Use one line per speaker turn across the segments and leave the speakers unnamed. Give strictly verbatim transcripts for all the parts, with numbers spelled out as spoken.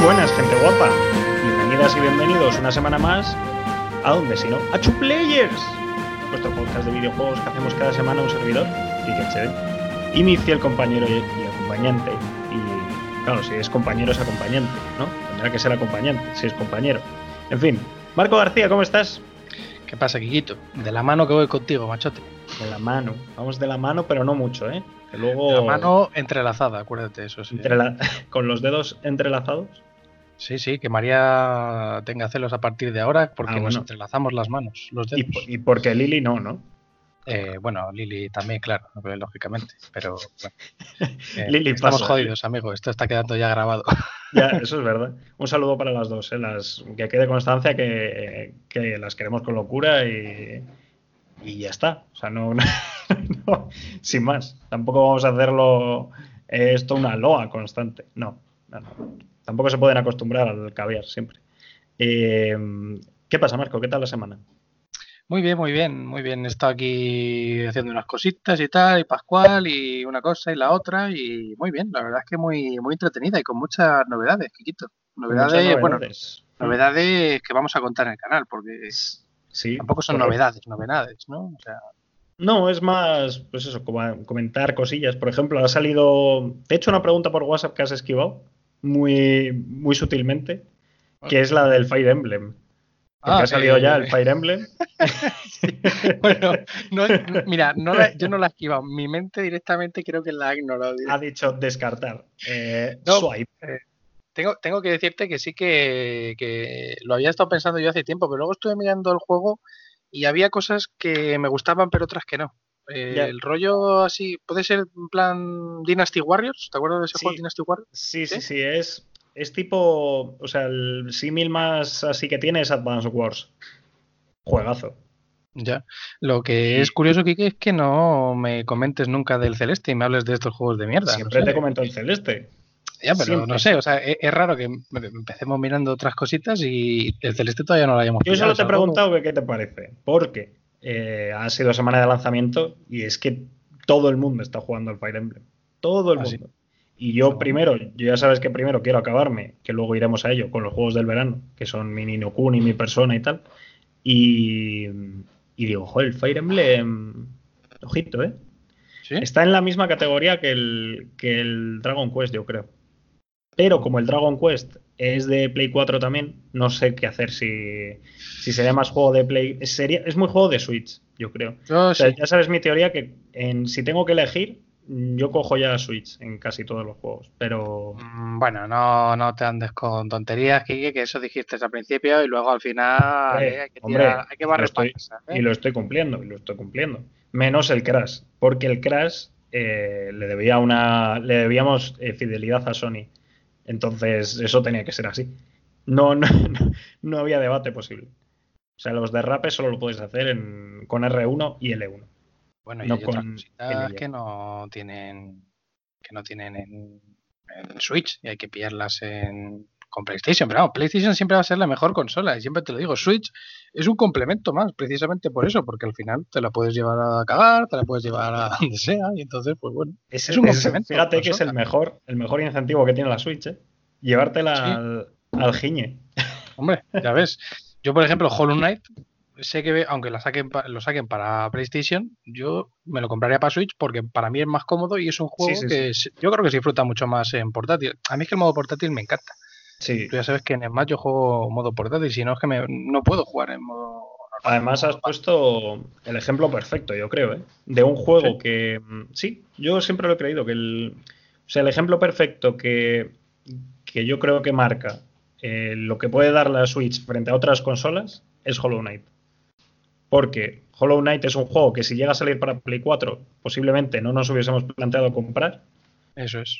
buenas, gente guapa. Bienvenidas y bienvenidos una semana más. ¿A dónde si no? ¡A Two Players! Vuestro podcast de videojuegos que hacemos cada semana un servidor, Kike y mi fiel compañero y, y acompañante. Y claro, si es compañero es acompañante, ¿no? Tendrá que ser acompañante, si es compañero. En fin, Marco García, ¿cómo estás?
¿Qué pasa, Kikito? De la mano que voy contigo, machote.
De la mano. Vamos de la mano, pero no mucho, ¿eh? Que luego...
De la mano entrelazada, acuérdate, eso sí.
Entre la... Con los dedos entrelazados.
Sí, sí, que María tenga celos a partir de ahora porque
ah, bueno.
nos entrelazamos las manos, los dedos.
Y, y porque Lili no, ¿no?
Eh, bueno, Lili también, claro, lógicamente, pero bueno. Eh,
Lili
estamos
pasa,
jodidos, eh. amigo, esto está quedando ya grabado.
Ya, eso es verdad. Un saludo para las dos, ¿eh? Las, que quede constancia que, que las queremos con locura y, y ya está. O sea, no, no, no, sin más. Tampoco vamos a hacerlo eh, esto una loa constante. No, no, no. Tampoco se pueden acostumbrar al caviar siempre. Eh, ¿Qué pasa, Marco? ¿Qué tal la semana?
Muy bien, muy bien, muy bien. He estado aquí haciendo unas cositas y tal, y Pascual, y una cosa y la otra, y muy bien. La verdad es que muy, muy entretenida y con muchas novedades, Kikito. Novedades,
novedades.
bueno, novedades que vamos a contar en el canal, porque
sí,
tampoco son correcto. novedades, novedades, ¿no? O sea...
No, es más, pues eso, como comentar cosillas. Por ejemplo, ha salido, te he hecho una pregunta por WhatsApp que has esquivado muy, muy sutilmente, que es la del Fire Emblem. Porque ah, ha salido eh... ya el Fire Emblem.
Sí. Bueno, no, mira, no la, yo no la he esquivado. Mi mente directamente creo que la ha ignorado.
Ha dicho descartar. Eh,
no,
swipe.
Eh, tengo, tengo que decirte que sí que, que lo había estado pensando yo hace tiempo, pero luego estuve mirando el juego y había cosas que me gustaban, pero otras que no. Eh, el rollo así, puede ser en plan Dynasty Warriors. ¿Te acuerdas de ese
sí,
juego Dynasty Warriors?
Sí, sí, sí, sí, es, es tipo, o sea, el símil más así que tiene es Advance Wars. Juegazo.
Ya. Lo que es curioso, Kike, es que no me comentes nunca del Celeste y me hables de estos juegos de mierda.
Siempre
no sé.
te comento el Celeste.
Ya, pero
Siempre.
no sé, o sea, es, es raro que empecemos mirando otras cositas y el Celeste todavía no lo hayamos
Yo
pillado.
solo te he preguntado que qué te parece, porque eh, ha sido semana de lanzamiento y es que todo el mundo está jugando al Fire Emblem. Todo el
¿Ah,
mundo.
sí?
Y yo primero, yo ya sabes que primero quiero acabarme, que luego iremos a ello con los juegos del verano, que son mi Ni no Kuni, mi persona y tal. Y, y digo, joder, el Fire Emblem, ojito, ¿eh?
¿Sí?
Está en la misma categoría que el, que el Dragon Quest, yo creo. Pero como el Dragon Quest es de Play cuatro también, no sé qué hacer si, si sería más juego de Play. Sería, es muy juego de Switch, yo creo.
Oh,
o sea,
sí.
Ya sabes mi teoría que en, si tengo que elegir, yo cojo ya Switch en casi todos los juegos. Pero.
Bueno, no, no te andes con tonterías, Kike, que eso dijiste al principio y luego al final
Hombre,
eh, hay que
hombre,
tirar, hay que barrer
estoy,
patas,
¿eh? Y lo estoy cumpliendo, y lo estoy cumpliendo. Menos el Crash, porque el Crash eh, le debía una, le debíamos eh, fidelidad a Sony. Entonces, eso tenía que ser así. No, no, no, no había debate posible. O sea, los derrapes solo lo puedes hacer en, con R uno y L uno.
Bueno, y no hay otras cositas que no tienen que no tienen en, en Switch y hay que pillarlas en, con PlayStation. Pero vamos, PlayStation siempre va a ser la mejor consola y siempre te lo digo, Switch es un complemento más, precisamente por eso, porque al final te la puedes llevar a cagar, te la puedes llevar a donde sea y entonces, pues bueno,
es,
es un
es,
complemento.
Fíjate que es el mejor, el mejor incentivo que tiene la Switch, ¿eh? Llevártela
sí.
al, al giñe.
Hombre, ya ves. Yo, por ejemplo, Hollow Knight, sé que aunque la saquen, lo saquen para PlayStation, yo me lo compraría para Switch porque para mí es más cómodo y es un juego sí, sí, que sí. yo creo que se disfruta mucho más en portátil. A mí es que el modo portátil me encanta.
Sí.
Tú ya sabes que en Smash yo juego modo portátil, si no es que me, no puedo jugar en modo normal.
Además has puesto el ejemplo perfecto, yo creo, ¿eh? De un juego ¿Sí? que... Sí, yo siempre lo he creído, que el... O sea, el ejemplo perfecto que, que yo creo que marca eh, lo que puede dar la Switch frente a otras consolas es Hollow Knight. Porque Hollow Knight es un juego que si llega a salir para Play cuatro, posiblemente no nos hubiésemos planteado comprar.
Eso es.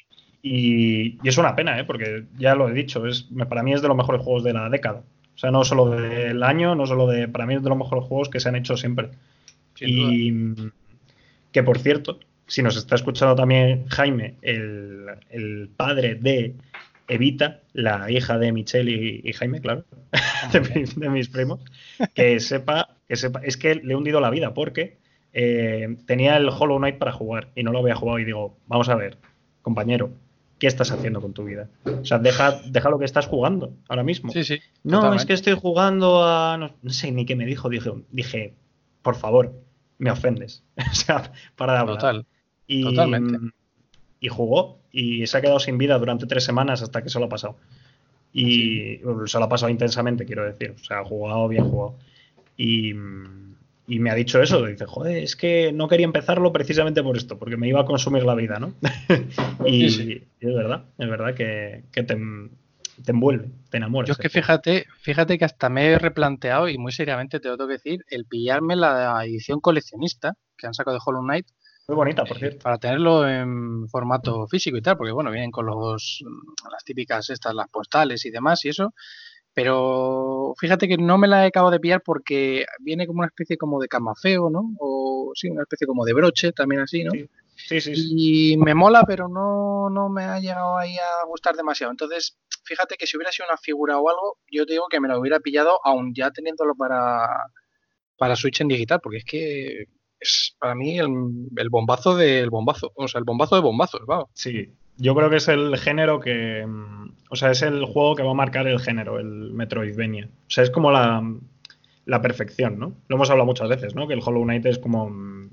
Y, y es una pena, ¿eh? Porque ya lo he dicho, es, para mí es de los mejores juegos de la década. O sea, no solo del año, no solo de... Para mí es de los mejores juegos que se han hecho siempre.
Sin
y
duda.
Que, por cierto, si nos está escuchando también Jaime, el, el padre de Evita, la hija de Michelle y, y Jaime, claro, de, mis, de mis primos, que sepa, que sepa, es que le he hundido la vida porque eh, tenía el Hollow Knight para jugar y no lo había jugado y digo, vamos a ver, compañero, ¿qué estás haciendo con tu vida? O sea, deja, deja lo que estás jugando ahora mismo.
Sí, sí.
No,
Totalmente.
es que estoy jugando a... No, no sé ni qué me dijo. Dije, dije, por favor, me ofendes. O sea, para de hablar.
Total.
Y,
Totalmente.
y jugó y se ha quedado sin vida durante tres semanas hasta que se lo ha pasado. Y
Sí.
se lo ha pasado intensamente, quiero decir. O sea, ha jugado, bien jugado. Y, y me ha dicho eso. Dice, joder, es que no quería empezarlo precisamente por esto, porque me iba a consumir la vida, ¿no? y,
Sí, sí.
y es verdad, es verdad que, que te, te envuelve, te enamoras.
Yo es que fíjate, fíjate que hasta me he replanteado, y muy seriamente te lo tengo que decir, el pillarme la edición coleccionista que han sacado de Hollow Knight.
Muy bonita, por
Eh,
cierto.
para tenerlo en formato físico y tal, porque bueno, vienen con los las típicas estas, las postales y demás y eso, pero fíjate que no me la he acabado de pillar porque viene como una especie como de camafeo, ¿no? O sí, una especie como de broche, también así, ¿no?
Sí, sí, sí, sí.
Y me mola, pero no, no me ha llegado ahí a gustar demasiado. Entonces, fíjate que si hubiera sido una figura o algo, yo te digo que me lo hubiera pillado aún ya teniéndolo para, para Switch en digital, porque es que es para mí el, el bombazo del bombazo, o sea, el bombazo de bombazos, vamos.
Sí, yo creo que es el género que... O sea, es el juego que va a marcar el género, el Metroidvania. O sea, es como la, la perfección, ¿no? Lo hemos hablado muchas veces, ¿no? Que el Hollow Knight es como...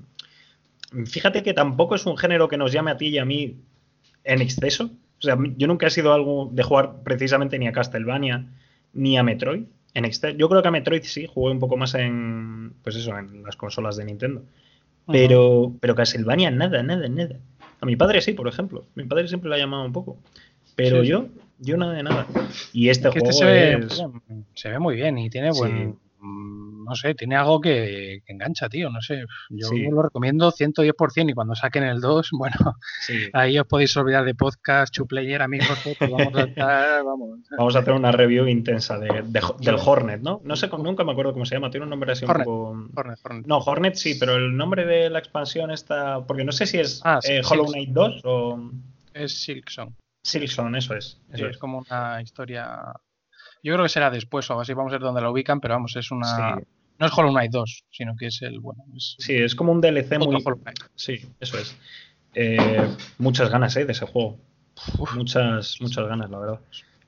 Fíjate que tampoco es un género que nos llame a ti y a mí en exceso. O sea, yo nunca he sido algo de jugar precisamente ni a Castlevania ni a Metroid. En exceso. Yo creo que a Metroid sí, jugué un poco más en... Pues eso, en las consolas de Nintendo. Pero, pero Castlevania nada, nada, nada. A mi padre sí, por ejemplo. Mi padre siempre le ha llamado un poco. Pero
Sí, sí.
yo, yo nada de nada. Y este
Es que este
juego
se ve,
es...
se ve muy bien y tiene
Sí,
buen, mm, no sé, tiene algo que, que engancha, tío, no sé. Yo
sí,
lo recomiendo ciento diez por ciento y cuando saquen el dos, bueno,
sí.
ahí os podéis olvidar de podcast, Chuplayer, amigos, que vamos a estar, vamos.
Vamos a hacer una review intensa de, de- del
Yo,
Hornet, ¿no? No sé, nunca me acuerdo cómo se llama. Tiene un nombre así un
Hornet,
poco...
Hornet, Hornet.
No, Hornet sí, pero el nombre de la expansión está... Porque no sé si es
Ah,
eh, Hollow
Silk,
Knight dos o...
es Silksong.
Silksong, eso es.
Sí,
Eso
es
es.
como una historia. Yo creo que será después o así, vamos a ver dónde la ubican, pero vamos, es una.
Sí,
No es Hollow Knight dos, sino que es el, bueno, es
sí, es como un D L C
otro
muy...
Hollow Knight.
Sí, eso es. Eh, muchas ganas, ¿eh? De ese juego.
Uf,
Muchas, muchas ganas, la verdad.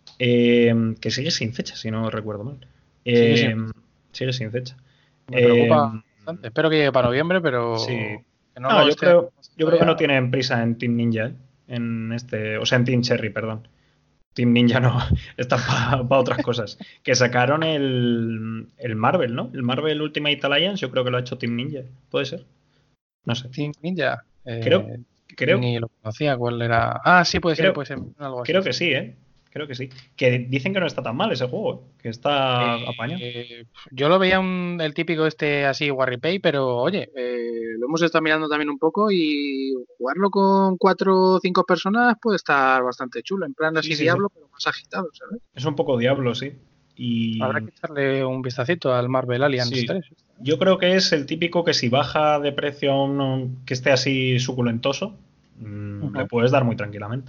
Eh, que sigue sin fecha, si no recuerdo mal.
sigue sin.
Eh, sigue sin fecha.
Me
Eh,
preocupa bastante. Espero que llegue para noviembre,
sí.
pero que no
No,
lo
yo
esté
creo, yo creo que no
todavía.
tienen prisa en Team Ninja, ¿eh? En este, o sea, en Team Cherry, perdón. Team Ninja no, está para pa otras cosas. Que sacaron el, el Marvel, ¿no? El Marvel Ultimate Alliance, yo creo que lo ha hecho Team Ninja. ¿Puede ser? No sé.
Team Ninja.
Creo,
Eh,
creo,
ni lo conocía, ¿cuál era? Ah, sí, puede ser,
creo,
puede ser. Algo así,
creo que
sí.
sí, ¿eh? Creo que sí. Que dicen que no está tan mal ese juego, ¿eh? Que está apañado.
Eh, yo lo veía un, el típico este así Warripay, pero oye, eh, lo hemos estado mirando también un poco y jugarlo con cuatro o cinco personas puede estar bastante chulo, en plan
Sí,
así
sí, sí.
Diablo, pero más agitado, ¿sabes?
Es un poco Diablo, sí.
Habrá
Y
que echarle un vistacito al Marvel Alliance
sí,
tres.
yo creo que es el típico que si baja de precio a uno que esté así suculentoso, mmm, le
Uh-huh.
puedes dar muy tranquilamente.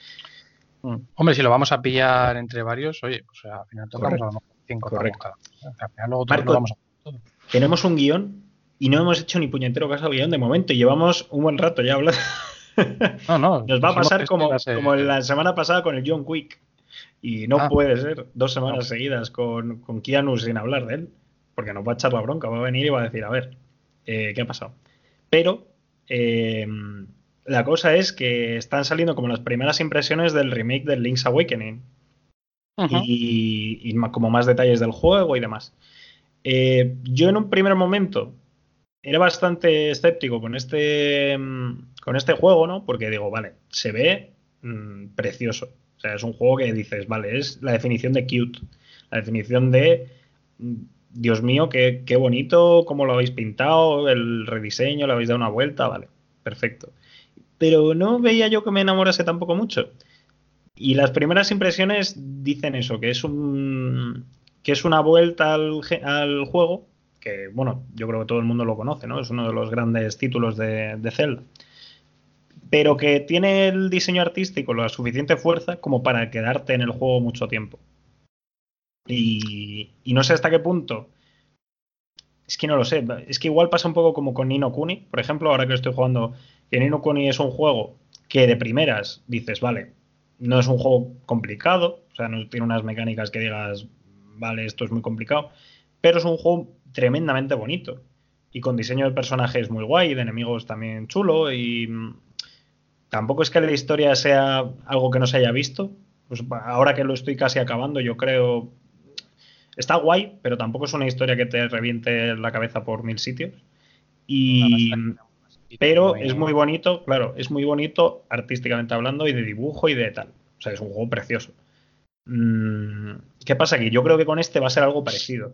Mm. Hombre, si lo vamos a pillar entre varios, oye, pues al final tocamos a lo
Correcto,
mejor cinco pavos
correcto.
cada uno. Al final luego todos lo
Marco,
vamos a hacer todo.
tenemos un guión y no hemos hecho ni puñetero caso al guión de momento y llevamos un buen rato ya hablando.
No, no,
Nos va a
dijimos que
pasar
este iba a
como, como
ser.
la semana pasada con el John Wick. Y no
Ah,
puede ser dos
no.
semanas seguidas con, con Keanu sin hablar de él, porque nos va a echar la bronca, va a venir y va a decir, a ver, eh, ¿qué ha pasado? Pero eh, la cosa es que están saliendo como las primeras impresiones del remake del Link's Awakening
Uh-huh.
y, y como más detalles del juego y demás. Eh, yo en un primer momento era bastante escéptico con este, con este juego, ¿no? Porque digo, vale, se ve mmm, precioso. O sea, es un juego que dices, vale, es la definición de cute. La definición de, Dios mío, qué, qué bonito, cómo lo habéis pintado, el rediseño, le habéis dado una vuelta, vale, perfecto. Pero no veía yo que me enamorase tampoco mucho. Y las primeras impresiones dicen eso, que es un que es una vuelta al, al juego, que bueno, yo creo que todo el mundo lo conoce, ¿no? Es uno de los grandes títulos de, de Zelda. Pero que tiene el diseño artístico la suficiente fuerza como para quedarte en el juego mucho tiempo. Y, y no sé hasta qué punto. Es que no lo sé. Es que igual pasa un poco como con Ni no Kuni, por ejemplo, ahora que estoy jugando, que Ni no Kuni es un juego que de primeras dices, vale, no es un juego complicado, o sea, no tiene unas mecánicas que digas, vale, esto es muy complicado, pero es un juego tremendamente bonito y con diseño de personajes muy guay, de enemigos también chulo y tampoco es que la historia sea algo que no se haya visto. Pues ahora que lo estoy casi acabando, yo creo está guay, pero tampoco es una historia que te reviente la cabeza por mil sitios.
No,
Y
está
pero es
muy...
muy bonito, claro, es muy bonito artísticamente hablando y de dibujo y de tal. O sea, es un juego precioso. Mm, ¿Qué pasa aquí? Yo creo que con este va a ser algo parecido.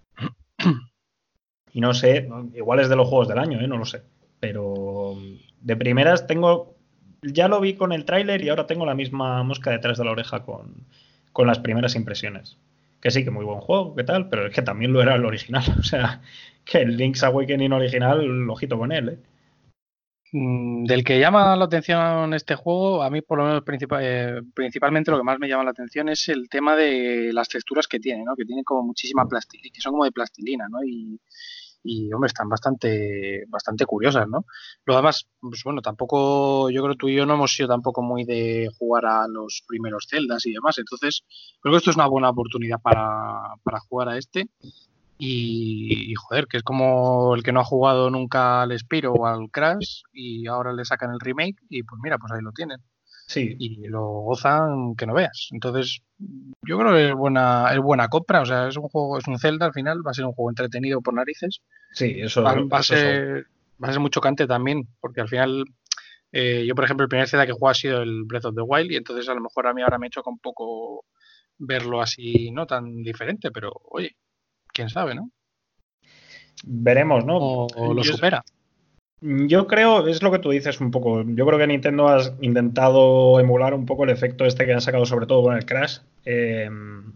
Y no sé, igual es de los juegos del año, ¿eh? No lo sé. Pero de primeras tengo. Ya lo vi con el tráiler y ahora tengo la misma mosca detrás de la oreja con, con las primeras impresiones. Que sí, que muy buen juego, ¿qué tal? Pero es que también lo era el original. O sea, que el Link's Awakening original, ojito con él, ¿eh?
Del que llama la atención este juego, a mí por lo menos principal, eh, principalmente lo que más me llama la atención es el tema de las texturas que tiene, ¿no? Que tiene como muchísima plastilina, que son como de plastilina, ¿no? Y, y hombre, están bastante, bastante curiosas, ¿no? Lo demás, pues bueno, tampoco, yo creo que tú y yo no hemos sido tampoco muy de jugar a los primeros Zeldas y demás, entonces creo que esto es una buena oportunidad para, para jugar a este. Y, y, joder, que es como el que no ha jugado nunca al Spyro o al Crash y ahora le sacan el remake y pues mira, pues ahí lo tienen.
Sí,
Y lo gozan que no veas. Entonces, yo creo que es buena, es buena compra. O sea, es un juego, es un Zelda al final, va a ser un juego entretenido por narices.
sí,
Va,
eso,
va a
eso son.
ser, va a ser muy chocante también, porque al final, eh, yo por ejemplo, el primer Zelda que he jugado ha sido el Breath of the Wild y entonces a lo mejor a mí ahora me choca un poco verlo así, no tan diferente, pero oye, quién sabe, ¿no?
Veremos, ¿no?
O, o lo
Yo,
supera.
yo creo, es lo que tú dices un poco. Yo creo que Nintendo ha intentado emular un poco el efecto este que han sacado, sobre todo con el Crash. Eh,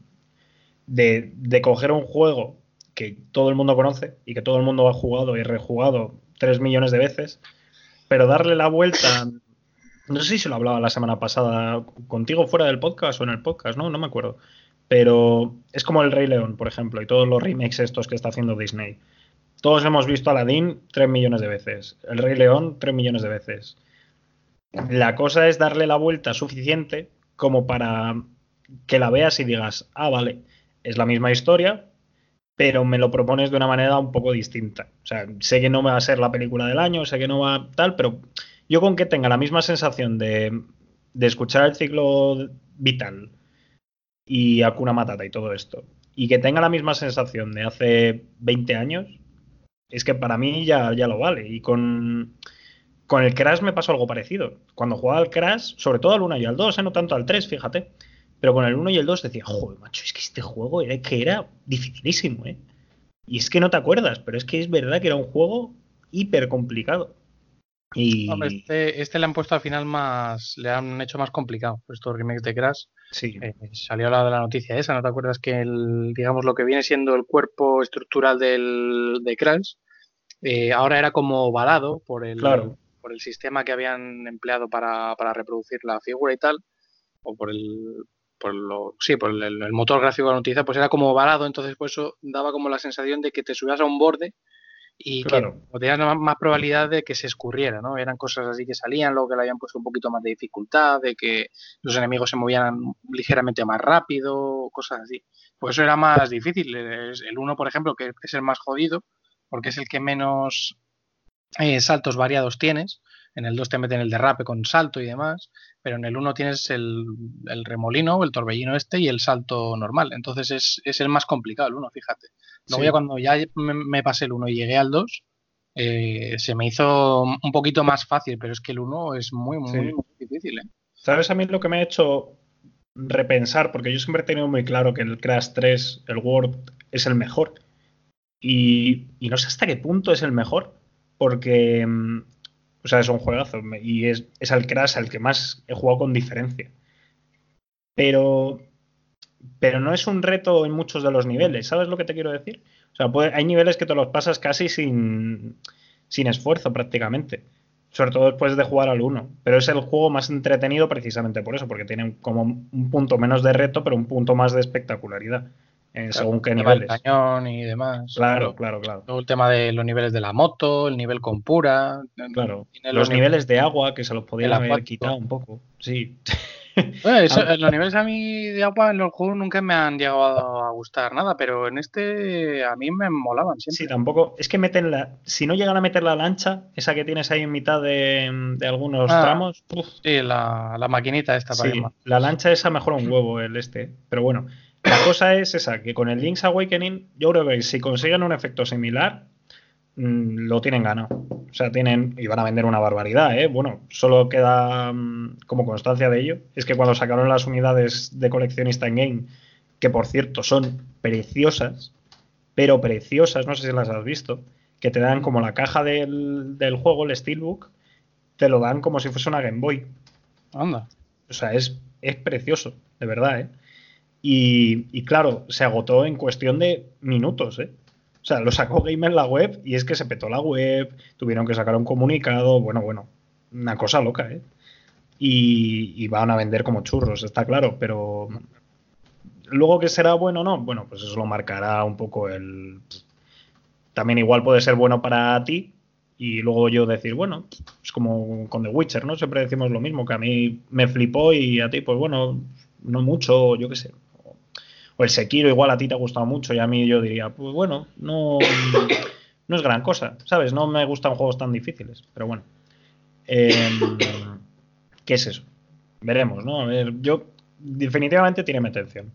de, de coger un juego que todo el mundo conoce y que todo el mundo ha jugado y rejugado tres millones de veces, pero darle la vuelta. No sé si se lo hablaba la semana pasada contigo fuera del podcast o en el podcast, ¿no? No me acuerdo. Pero es como el Rey León, por ejemplo, y todos los remakes estos que está haciendo Disney. Todos hemos visto Aladdin tres millones de veces. El Rey León tres millones de veces. La cosa es darle la vuelta suficiente como para que la veas y digas, ah, vale, es la misma historia, pero me lo propones de una manera un poco distinta. O sea, sé que no va a ser la película del año, sé que no va tal, pero yo con que tenga la misma sensación de, de escuchar el ciclo vital y Hakuna Matata y todo esto, y que tenga la misma sensación de hace veinte años, es que para mí ya, ya lo vale. Y con, con el Crash me pasó algo parecido. Cuando jugaba al Crash, sobre todo al uno y al dos, ¿eh? No tanto al tres, fíjate. Pero con el uno y el dos decía, joder, macho, es que este juego era que era dificilísimo, ¿eh? Y es que no te acuerdas, pero es que es verdad que era un juego hiper complicado.
Hombre,
Y
este, este le han puesto al final más, le han hecho más complicado. Estos remakes de Crash,
sí,
eh, salió la de la noticia esa, ¿no te acuerdas que el, digamos, lo que viene siendo el cuerpo estructural del, de Crash, eh, ahora era como ovalado por el,
claro,
por el sistema que habían empleado para, para reproducir la figura y tal, o por el, por lo, sí, por el, el motor gráfico que han utilizado, pues era como ovalado, entonces pues eso daba como la sensación de que te subías a un borde y que
claro,
tenías más, más probabilidad de que se escurriera, ¿no? Eran cosas así que salían, luego que le habían puesto un poquito más de dificultad, de que los enemigos se movían ligeramente más rápido, cosas así. Pues eso era más difícil. El uno, por ejemplo, que es el más jodido, porque es el que menos eh, saltos variados tienes. En el dos te meten el derrape con salto y demás, pero en el uno tienes el, el remolino, el torbellino este y el salto normal. Entonces es, es el más complicado el uno, fíjate. Luego ya
sí.
cuando ya me, me pasé el uno y llegué al dos, eh, se me hizo un poquito más fácil, pero es que el uno es muy, muy,
Sí.
muy difícil, ¿eh?
¿Sabes a mí lo que me ha hecho repensar? Porque yo siempre he tenido muy claro que el Crash tres, el World, es el mejor. Y, y no sé hasta qué punto es el mejor. Porque, mm, o sea, es un juegazo. Y es, es el Crash al que más he jugado con diferencia. Pero, pero no es un reto en muchos de los niveles. ¿Sabes lo que te quiero decir? O sea, puede- hay niveles que te los pasas casi sin, sin esfuerzo prácticamente. Sobre todo después de jugar al uno. Pero es el juego más entretenido precisamente por eso, porque tiene como un punto menos de reto, pero un punto más de espectacularidad, eh,
Claro,
según qué
el tema del
niveles.
cañón y demás,
Claro,
claro.
claro, claro.
Luego el tema de los niveles de la moto, el nivel con pura,
Claro.
tiene los
Los
niveles
niveles de agua que se los
el
podían haber quitado
acuático.
un poco. Sí.
Bueno, eso, los niveles a mí de agua en los juegos nunca me han llegado a gustar nada, pero en este a mí me molaban
Sí,
siempre.
tampoco. Es que meten la. Si no llegan a meter la lancha, esa que tienes ahí en mitad de, de algunos
Ah,
tramos, uf,
sí, la, la maquinita esta para ir más.
sí, la lancha esa mejora un huevo el este. Pero bueno, la cosa es esa, que con el Link's Awakening, yo creo que si consiguen un efecto similar, mmm, lo tienen ganado. O sea, tienen. Y van a vender una barbaridad, ¿eh? Bueno, solo queda mmm, como constancia de ello. Es que cuando sacaron las unidades de coleccionista en game, que por cierto son preciosas, pero preciosas, no sé si las has visto, que te dan como la caja del, del juego, el Steelbook, te lo dan como si fuese una Game Boy.
Anda.
O sea, es, es precioso, de verdad, ¿eh? Y, y claro, se agotó en cuestión de minutos, ¿eh? O sea, lo sacó Game en la web y es que se petó la web, tuvieron que sacar un comunicado, bueno, bueno, una cosa loca, ¿eh? Y, y van a vender como churros, está claro, pero luego que será bueno o no, bueno, pues eso lo marcará un poco el, también igual puede ser bueno para ti y luego yo decir, bueno, es como con The Witcher, ¿no? Siempre decimos lo mismo, que a mí me flipó y a ti, pues bueno, no mucho, yo qué sé. O el Sekiro igual a ti te ha gustado mucho y a mí yo diría, pues bueno, no, no es gran cosa, ¿sabes? No me gustan juegos tan difíciles, pero bueno. Eh, ¿Qué es eso? Veremos, ¿no? A ver, yo definitivamente tiene mi atención.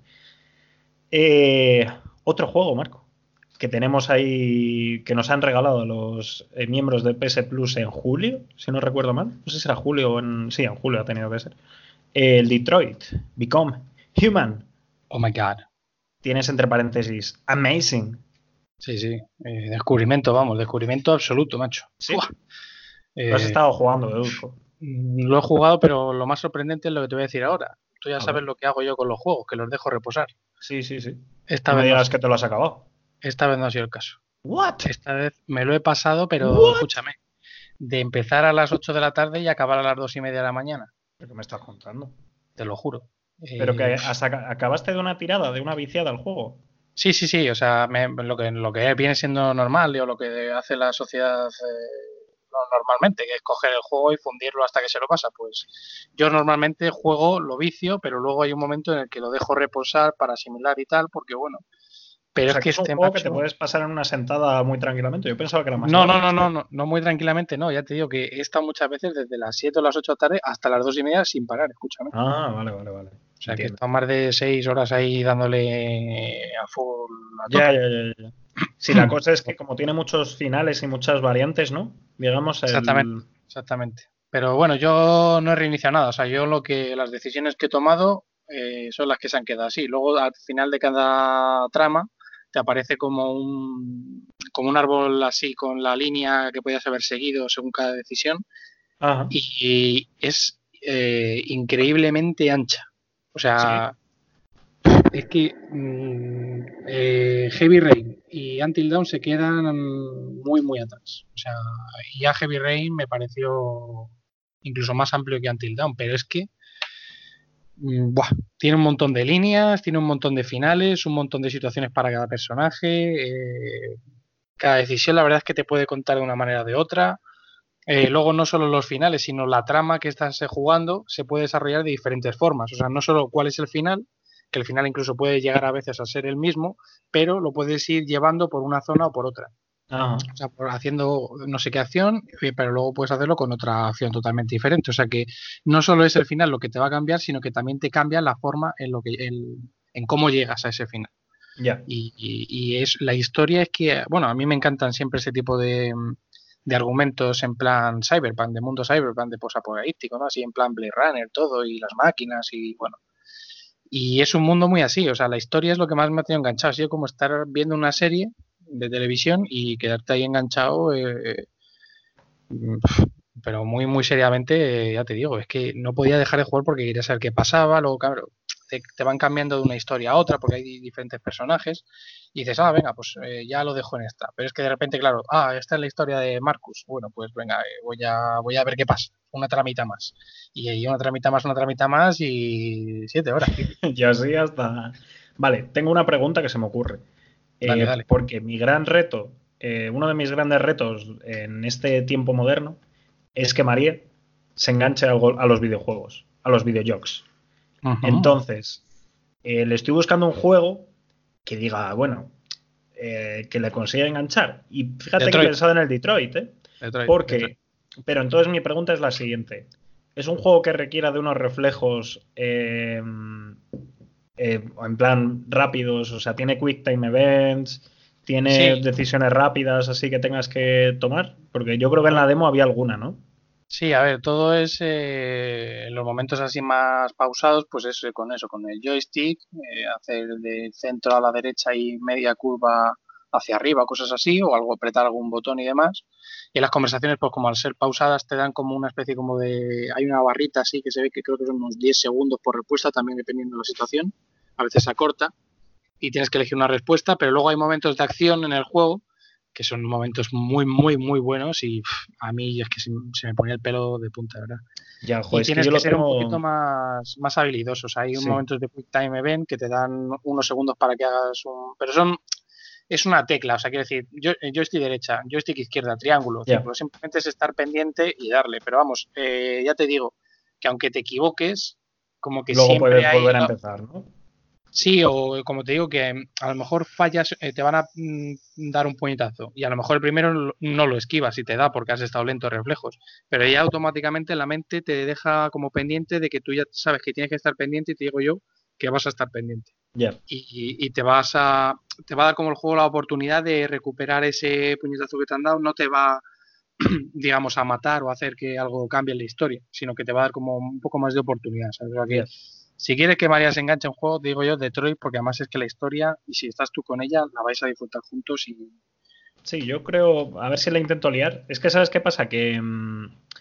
Eh, otro juego, Marco, que tenemos ahí, que nos han regalado los eh, miembros de P S Plus en julio, si no recuerdo mal. No sé si era julio o en. Sí, en julio ha tenido que ser. El Detroit, Become Human.
Oh my God.
Tienes entre paréntesis, Amazing.
Sí, sí. Eh, descubrimiento, vamos, descubrimiento absoluto, macho.
¿Sí?
Fua.
Lo has
Eh,
estado jugando, deduzco.
lo he jugado, pero lo más sorprendente es lo que te voy a decir ahora. Tú ya
A
sabes
ver.
lo que hago yo con los juegos, que los dejo reposar.
Sí, sí, sí.
Esta
No me
vez no, ha
digas
sido-
que te lo has acabado.
esta vez no ha sido el caso.
¿What?
Esta vez me lo he pasado, pero
¿What?
escúchame, de empezar a las ocho de la tarde y acabar a las dos y media de la mañana,
¿Pero qué me estás contando?
te lo juro.
¿Pero que
Eh,
has aca- acabaste de una tirada, de una viciada al juego?
sí, sí, sí, o sea, me- lo que, lo que viene siendo normal o lo que hace la sociedad eh, no- normalmente, que es coger el juego y fundirlo hasta que se lo pasa. Pues yo normalmente juego, lo vicio, pero luego hay un momento en el que lo dejo reposar para asimilar y tal, porque bueno,
O
pero es
sea,
que
que es un
este
juego que te
macho.
puedes pasar en una sentada muy tranquilamente. Yo pensaba que era más
No, no,
largo.
no, no, no, no muy tranquilamente, no. Ya te digo que he estado muchas veces desde las siete o las ocho de la tarde hasta las dos y media sin parar, escúchame.
Ah, vale, vale, vale.
O sea que he
Entiendo.
estado más de seis horas ahí dándole a full a
Ya,
tope.
ya, ya, ya. Sí, la cosa es que como tiene muchos finales y muchas variantes, ¿no? Digamos,
Exactamente,
el.
exactamente. Pero bueno, yo no he reiniciado nada. O sea, yo lo que las decisiones que he tomado eh, son las que se han quedado así. Luego al final de cada trama te aparece como un como un árbol así con la línea que podías haber seguido según cada decisión
Ajá.
y es eh, increíblemente ancha. O
Sí.
sea, es que mmm, eh, Heavy Rain y Until Dawn se quedan muy, muy atrás. O sea, ya Heavy Rain me pareció incluso más amplio que Until Dawn, pero es que mmm, buah, tiene un montón de líneas, tiene un montón de finales, un montón de situaciones para cada personaje. Eh, cada decisión, la verdad es que te puede contar de una manera o de otra. Eh, luego no solo los finales, sino la trama que estás eh, jugando se puede desarrollar de diferentes formas. O sea, no solo cuál es el final, que el final incluso puede llegar a veces a ser el mismo, pero lo puedes ir llevando por una zona o por otra.
Ajá.
O sea, por haciendo no sé qué acción, eh, pero luego puedes hacerlo con otra acción totalmente diferente. O sea que no solo es el final lo que te va a cambiar, sino que también te cambia la forma en lo que el, en cómo llegas a ese final.
Ya.
Y, y, y es la historia es que, bueno, a mí me encantan siempre ese tipo de, de argumentos en plan cyberpunk, de mundo cyberpunk, de posapocalíptico, ¿no? Así en plan Blade Runner, todo, y las máquinas, y bueno. Y es un mundo muy así, o sea, la historia es lo que más me ha tenido enganchado. Ha sido como estar viendo una serie de televisión y quedarte ahí enganchado, eh, pero muy, muy seriamente, eh, ya te digo, es que no podía dejar de jugar porque quería saber qué pasaba, luego, claro, te, te van cambiando de una historia a otra porque hay diferentes personajes y dices, ah, venga, pues eh, ya lo dejo en esta. Pero es que de repente, claro, ah, esta es la historia de Marcus. Bueno, pues venga, eh, voy, a, voy a ver qué pasa. Una tramita más. Y, y una tramita más, una tramita más y siete horas, tío.
Y así hasta. Vale, tengo una pregunta que se me ocurre.
Dale,
Eh,
dale.
porque mi gran reto, eh, uno de mis grandes retos en este tiempo moderno, es que María se enganche a, a los videojuegos, a los videojuegos.
Uh-huh.
Entonces, eh, le estoy buscando un juego que diga, bueno, eh, que le consiga enganchar. Y fíjate Detroit. que he pensado en el Detroit, ¿eh?
Detroit
Porque,
Detroit.
pero entonces mi pregunta es la siguiente. ¿Es un juego que requiera de unos reflejos eh, eh, en plan rápidos? O sea, ¿tiene quick time events? ¿Tiene sí. decisiones rápidas así que tengas que tomar? Porque yo creo que en la demo había alguna, ¿no?
Sí, a ver, todo es eh, en los momentos así más pausados, pues es con eso, con el joystick, eh, hacer del centro a la derecha y media curva hacia arriba, cosas así, o algo apretar algún botón y demás. Y las conversaciones, pues como al ser pausadas, te dan como una especie como de... Hay una barrita así que se ve que creo que son unos diez segundos por respuesta, también dependiendo de la situación. A veces se acorta y tienes que elegir una respuesta, pero luego hay momentos de acción en el juego que son momentos muy, muy, muy buenos y pff, a mí es que se, se me ponía el pelo de punta, ¿verdad?
Ya, joder,
y tienes
es que, yo
que ser
tengo...
un poquito más, más habilidoso. O sea, hay
sí.
momentos de Quick Time Event que te dan unos segundos para que hagas un... Pero son... Es una tecla, o sea, quiero decir, yo, joystick derecha, joystick izquierda, triángulo, yeah. círculo, simplemente es estar pendiente y darle. Pero vamos, eh, ya te digo, que aunque te equivoques, como que
luego
siempre
puedes
hay...
volver a empezar, ¿no?
Sí, o como te digo, que a lo mejor fallas, eh, te van a mm, dar un puñetazo y a lo mejor el primero no lo esquivas y te da porque has estado lento reflejos, pero ya automáticamente la mente te deja como pendiente de que tú ya sabes que tienes que estar pendiente y te digo yo que vas a estar pendiente.
Yeah.
Y, y te vas a, te va a dar como el juego la oportunidad de recuperar ese puñetazo que te han dado, no te va, digamos, a matar o a hacer que algo cambie en la historia, sino que te va a dar como un poco más de oportunidad, ¿sabes? O sea, que, yeah. Si quieres que María se enganche en un juego, digo yo, Detroit, porque además es que la historia, y si estás tú con ella, la vais a disfrutar juntos y...
Sí, yo creo, a ver si la intento liar. Es que, ¿sabes qué pasa? Que, mmm,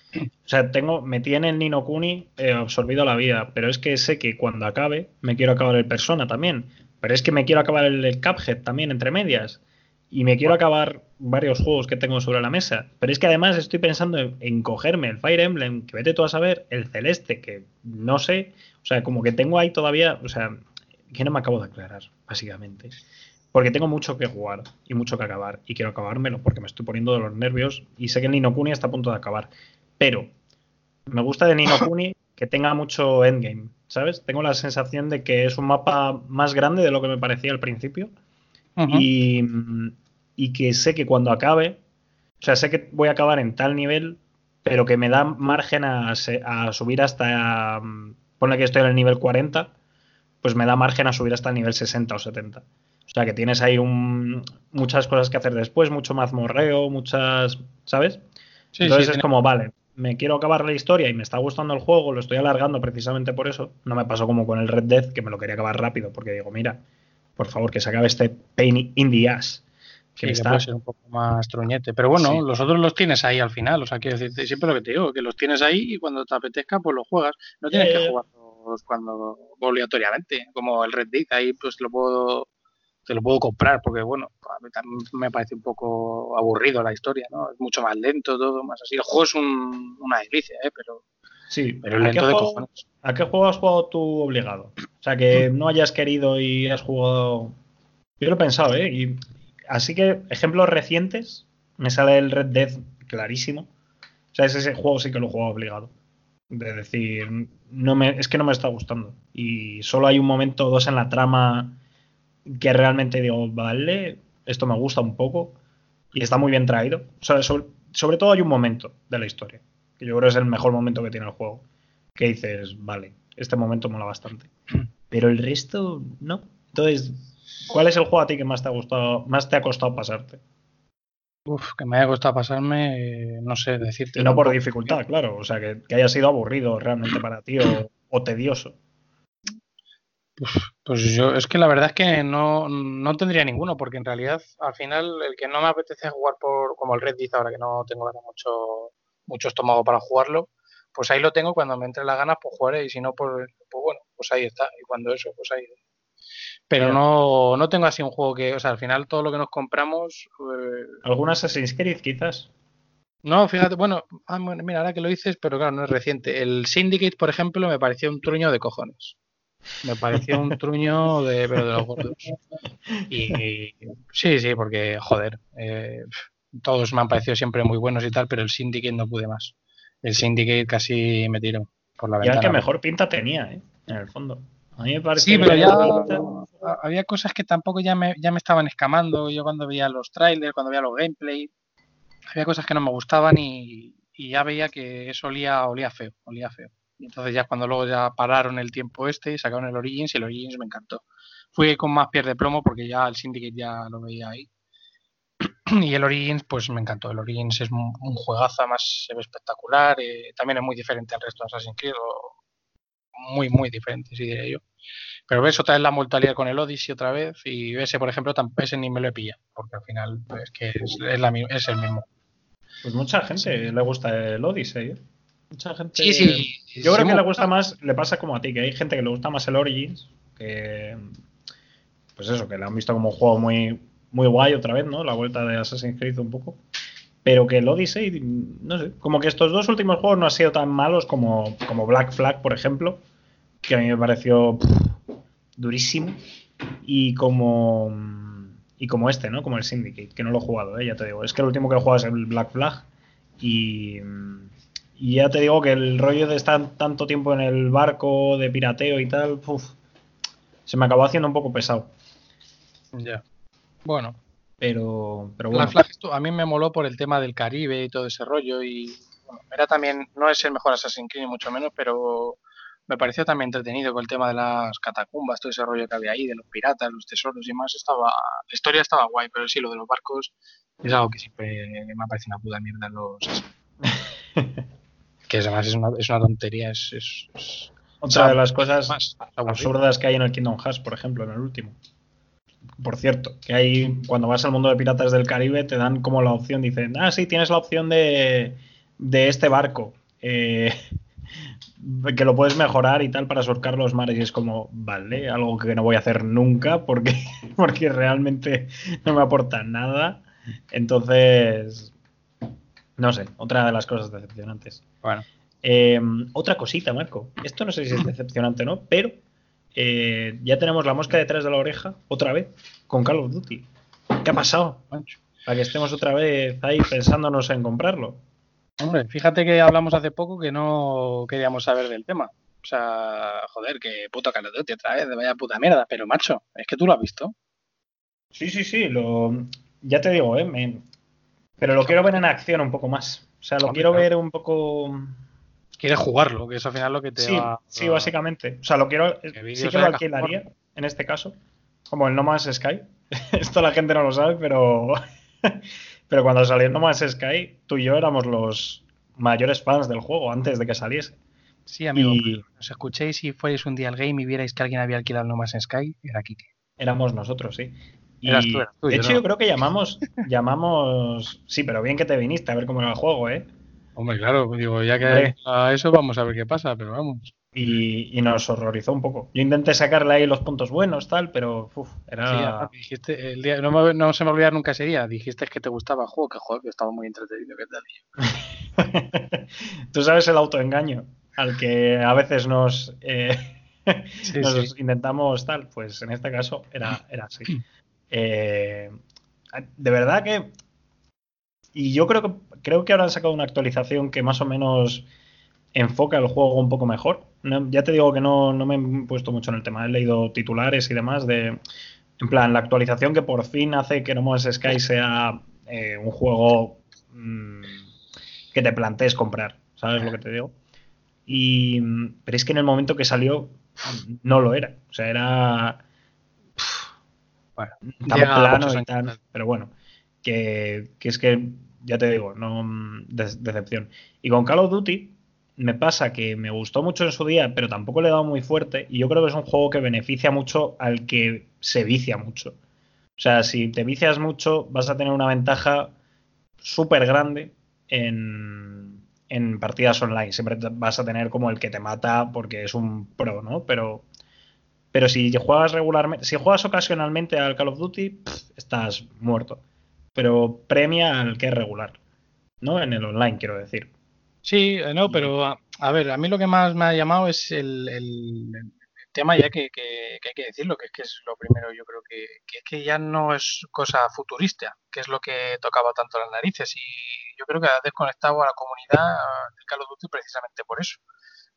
o sea, tengo, me tiene el Ni no Kuni eh, absorbido la vida, pero es que sé que cuando acabe, me quiero acabar el Persona también, pero es que me quiero acabar el, el Cuphead también, entre medias, y me quiero bueno. acabar varios juegos que tengo sobre la mesa, pero es que además estoy pensando en, en cogerme el Fire Emblem, que vete tú a saber, el Celeste, que no sé, o sea, como que tengo ahí todavía, o sea, que no me acabo de aclarar, básicamente. Porque tengo mucho que jugar y mucho que acabar. Y quiero acabármelo porque me estoy poniendo de los nervios. Y sé que el Ni no Kuni está a punto de acabar. Pero me gusta de Ni no Kuni que tenga mucho endgame, ¿sabes? Tengo la sensación de que es un mapa más grande de lo que me parecía al principio. Uh-huh. Y, y que sé que cuando acabe, o sea, sé que voy a acabar en tal nivel, pero que me da margen a, a subir hasta... Ponle que estoy en el nivel cuarenta, pues me da margen a subir hasta el nivel sesenta o setenta. O sea, que tienes ahí un, muchas cosas que hacer después, mucho mazmorreo, muchas, ¿sabes? Sí, Entonces sí, es tiene... como, vale, me quiero acabar la historia y me está gustando el juego, lo estoy alargando precisamente por eso. No me pasó como con el Red Dead, que me lo quería acabar rápido, porque digo, mira, por favor, que se acabe este pain in the ass.
Que, sí, que está... puede ser un poco más truñete. Pero bueno, sí. Los otros los tienes ahí al final. O sea, quiero decirte siempre lo que te digo, que los tienes ahí y cuando te apetezca, pues los juegas. No tienes yeah. que jugarlos cuando obligatoriamente, como el Red Dead, ahí pues lo puedo, te lo puedo comprar, porque bueno, a mí también me parece un poco aburrido la historia, ¿no? Es mucho más lento, todo más así. El juego es un, una delicia, ¿eh? Pero,
sí.
pero es lento de
juego,
cojones.
¿A qué juego has jugado tú obligado? O sea, que no hayas querido y has jugado... Yo lo he pensado, ¿eh? Y... Así que, ejemplos recientes, me sale el Red Dead clarísimo. O sea, es ese juego sí que lo he jugado obligado. De decir, no me, es que no me está gustando. Y solo hay un momento o dos en la trama que realmente digo, vale, esto me gusta un poco. Y está muy bien traído. O sea, sobre, sobre todo hay un momento de la historia, que yo creo que es el mejor momento que tiene el juego. Que dices, vale, este momento mola bastante. Pero el resto, no. Entonces... ¿Cuál es el juego a ti que más te ha gustado, más te ha costado pasarte?
Uf, que me haya costado pasarme, no sé decirte.
Y no por dificultad, claro. O sea, que, que haya sido aburrido realmente para ti o, o tedioso.
Pues, pues yo, es que la verdad es que no, no tendría ninguno, porque en realidad, al final, el que no me apetece jugar por, como el Red Dead, ahora que no tengo mucho, mucho estómago para jugarlo, pues ahí lo tengo, cuando me entre las ganas, pues jugaré, y si no, pues, pues bueno, pues ahí está. Y cuando eso, pues ahí. Pero yeah. no, no tengo así un juego que, o sea, al final todo lo que nos compramos...
Eh... ¿Algún Assassin's Creed quizás?
No, fíjate, bueno, ah, mira, ahora que lo dices, pero claro, no es reciente. El Syndicate, por ejemplo, me pareció un truño de cojones. Me pareció un truño de, pero de los gordos. Y sí, sí, porque, joder, eh, todos me han parecido siempre muy buenos y tal, pero el Syndicate no pude más. El Syndicate casi me tiró por la
y
ventana.
Y el que mejor pinta tenía, ¿eh? en el fondo. A mí me parece
Sí,
que
pero
tiene
ya
la pinta.
había cosas que tampoco ya me, ya me estaban escamando. Yo cuando veía los trailers, cuando veía los gameplay, había cosas que no me gustaban y, y ya veía que eso olía, olía feo, olía feo. Y entonces ya cuando luego ya pararon el tiempo este y sacaron el Origins, y el Origins me encantó. Fui con más pies de plomo porque ya el Syndicate ya lo veía ahí. Y el Origins, pues me encantó. El Origins es un, un juegazo, además se ve espectacular. Eh, también es muy diferente al resto de Assassin's Creed, o muy, muy diferente, sí diría yo. Pero ves otra vez la mortalidad con el Odyssey otra vez, y ese, por ejemplo, ese ni me lo he pillado, porque al final pues, que es, es, la, es el mismo.
Pues mucha
Sí,
gente le gusta el Odyssey, ¿eh? Mucha
sí,
gente.
sí,
Yo
sí
creo que
me
le gusta
gusta.
más, le pasa como a ti, que hay gente que le gusta más el Origins, que. Pues eso, que le han visto como un juego muy, muy guay otra vez, ¿no? La vuelta de Assassin's Creed un poco. Pero que el Odyssey, no sé, como que estos dos últimos juegos no han sido tan malos como, como Black Flag, por ejemplo, que a mí me pareció pff, durísimo. Y como. Y como este, ¿no? Como el Syndicate, que no lo he jugado, ¿eh? Ya te digo. Es que el último que he jugado es el Black Flag. Y. Y ya te digo que el rollo de estar tanto tiempo en el barco de pirateo y tal, uf, se me acabó haciendo un poco pesado.
Ya. Bueno,
Pero, pero
Black
bueno.
Flag a mí me moló por el tema del Caribe y todo ese rollo. Y bueno, era también, no es el mejor Assassin's Creed, ni mucho menos, pero me pareció también entretenido con el tema de las catacumbas, todo ese rollo que había ahí, de los piratas, los tesoros y más. Estaba, la historia estaba guay, pero sí, lo de los barcos es algo que siempre me ha parecido una puta mierda en los. Que además es una, es una tontería, es, es, es, es
Otra de las
aburrido,
cosas
más, es aburrido.
absurdas que hay en el Kingdom Hearts, por ejemplo, en el último. Por cierto, que hay cuando vas al mundo de Piratas del Caribe te dan como la opción, dicen, ah, sí, tienes la opción de, de este barco, eh, que lo puedes mejorar y tal para surcar los mares. Y es como, vale, algo que no voy a hacer nunca porque, porque realmente no me aporta nada. Entonces, no sé, otra de las cosas decepcionantes.
Bueno.
Eh, otra cosita, Marco. Esto no sé si es decepcionante o no, pero eh, ya tenemos la mosca detrás de la oreja otra vez con Call of Duty. ¿Qué ha pasado? Para que estemos otra vez ahí pensándonos en comprarlo.
Hombre, fíjate que hablamos hace poco que no queríamos saber del tema. O sea, joder, que puto Call of Duty otra vez, vaya puta mierda. Pero macho, es que tú lo has visto.
Sí, sí, sí, lo, ya te digo, ¿eh? Me, pero lo quiero ver en acción un poco más. O sea, lo
Hombre,
quiero
claro.
ver un poco.
Quieres jugarlo, que es al final lo que te
Sí,
va.
sí, básicamente. O sea, lo quiero.
Que
Sí
vídeos
que lo
haya que jugarlo.
alquilaría en este caso. Como el No Man's Sky. Esto la gente no lo sabe, pero. Pero cuando salió No Man's Sky, tú y yo éramos los mayores fans del juego antes de que saliese.
Sí, amigo, pues
Y
os escuchéis si fuerais un día al game y vierais que alguien había alquilado No Man's Sky, era Kike.
éramos nosotros, sí.
Eras tú,
Y
eras tú,
de
yo
hecho, yo
no.
creo que llamamos. Llamamos. Sí, pero bien que te viniste a ver cómo era el juego, ¿eh?
Hombre, claro, digo, ya que
Hombre.
a eso vamos a ver qué pasa, pero vamos.
Y, y nos horrorizó un poco. Yo intenté sacarle ahí los puntos buenos, tal, pero uf,
Sí, además
era.
dijiste, el día, no, me, no se me olvida nunca ese día, dijiste que te gustaba el juego, que joder, que estaba muy entretenido, ¿qué tal?
Tú sabes el autoengaño al que a veces nos, eh,
Sí, sí.
nos intentamos tal, pues en este caso era, era así. Eh, de verdad que. Y yo creo que creo que ahora han sacado una actualización que más o menos enfoca el juego un poco mejor. No, ya te digo que no, no me he puesto mucho en el tema. He leído titulares y demás de. En plan, la actualización que por fin hace que No Man's Sky sea eh, un juego mmm, que te plantees comprar. ¿Sabes lo que te digo? Y, pero es que en el momento que salió no lo era. O sea, era
Bueno,
tan
llega a muchos
plano y
años
tan.
tarde.
Pero bueno, que, que es que, ya te digo, no de- decepción. Y con Call of Duty me pasa que me gustó mucho en su día, pero tampoco le he dado muy fuerte. Y yo creo que es un juego que beneficia mucho al que se vicia mucho. O sea, si te vicias mucho, vas a tener una ventaja súper grande en, en partidas online. Siempre vas a tener como el que te mata porque es un pro, ¿no? Pero, pero si juegas regularmente, si juegas ocasionalmente al Call of Duty, pff, estás muerto. Pero premia al que es regular, ¿no? En el online, quiero decir.
Sí, eh, no,
Y
pero a, a ver, a mí lo que más me ha llamado es el, el- el tema ya que, que- que hay que decirlo, que es que es lo primero, yo creo que, que es que ya no es cosa futurista, que es lo que tocaba tanto las narices, y yo creo que ha desconectado a la comunidad del Call of Duty precisamente por eso.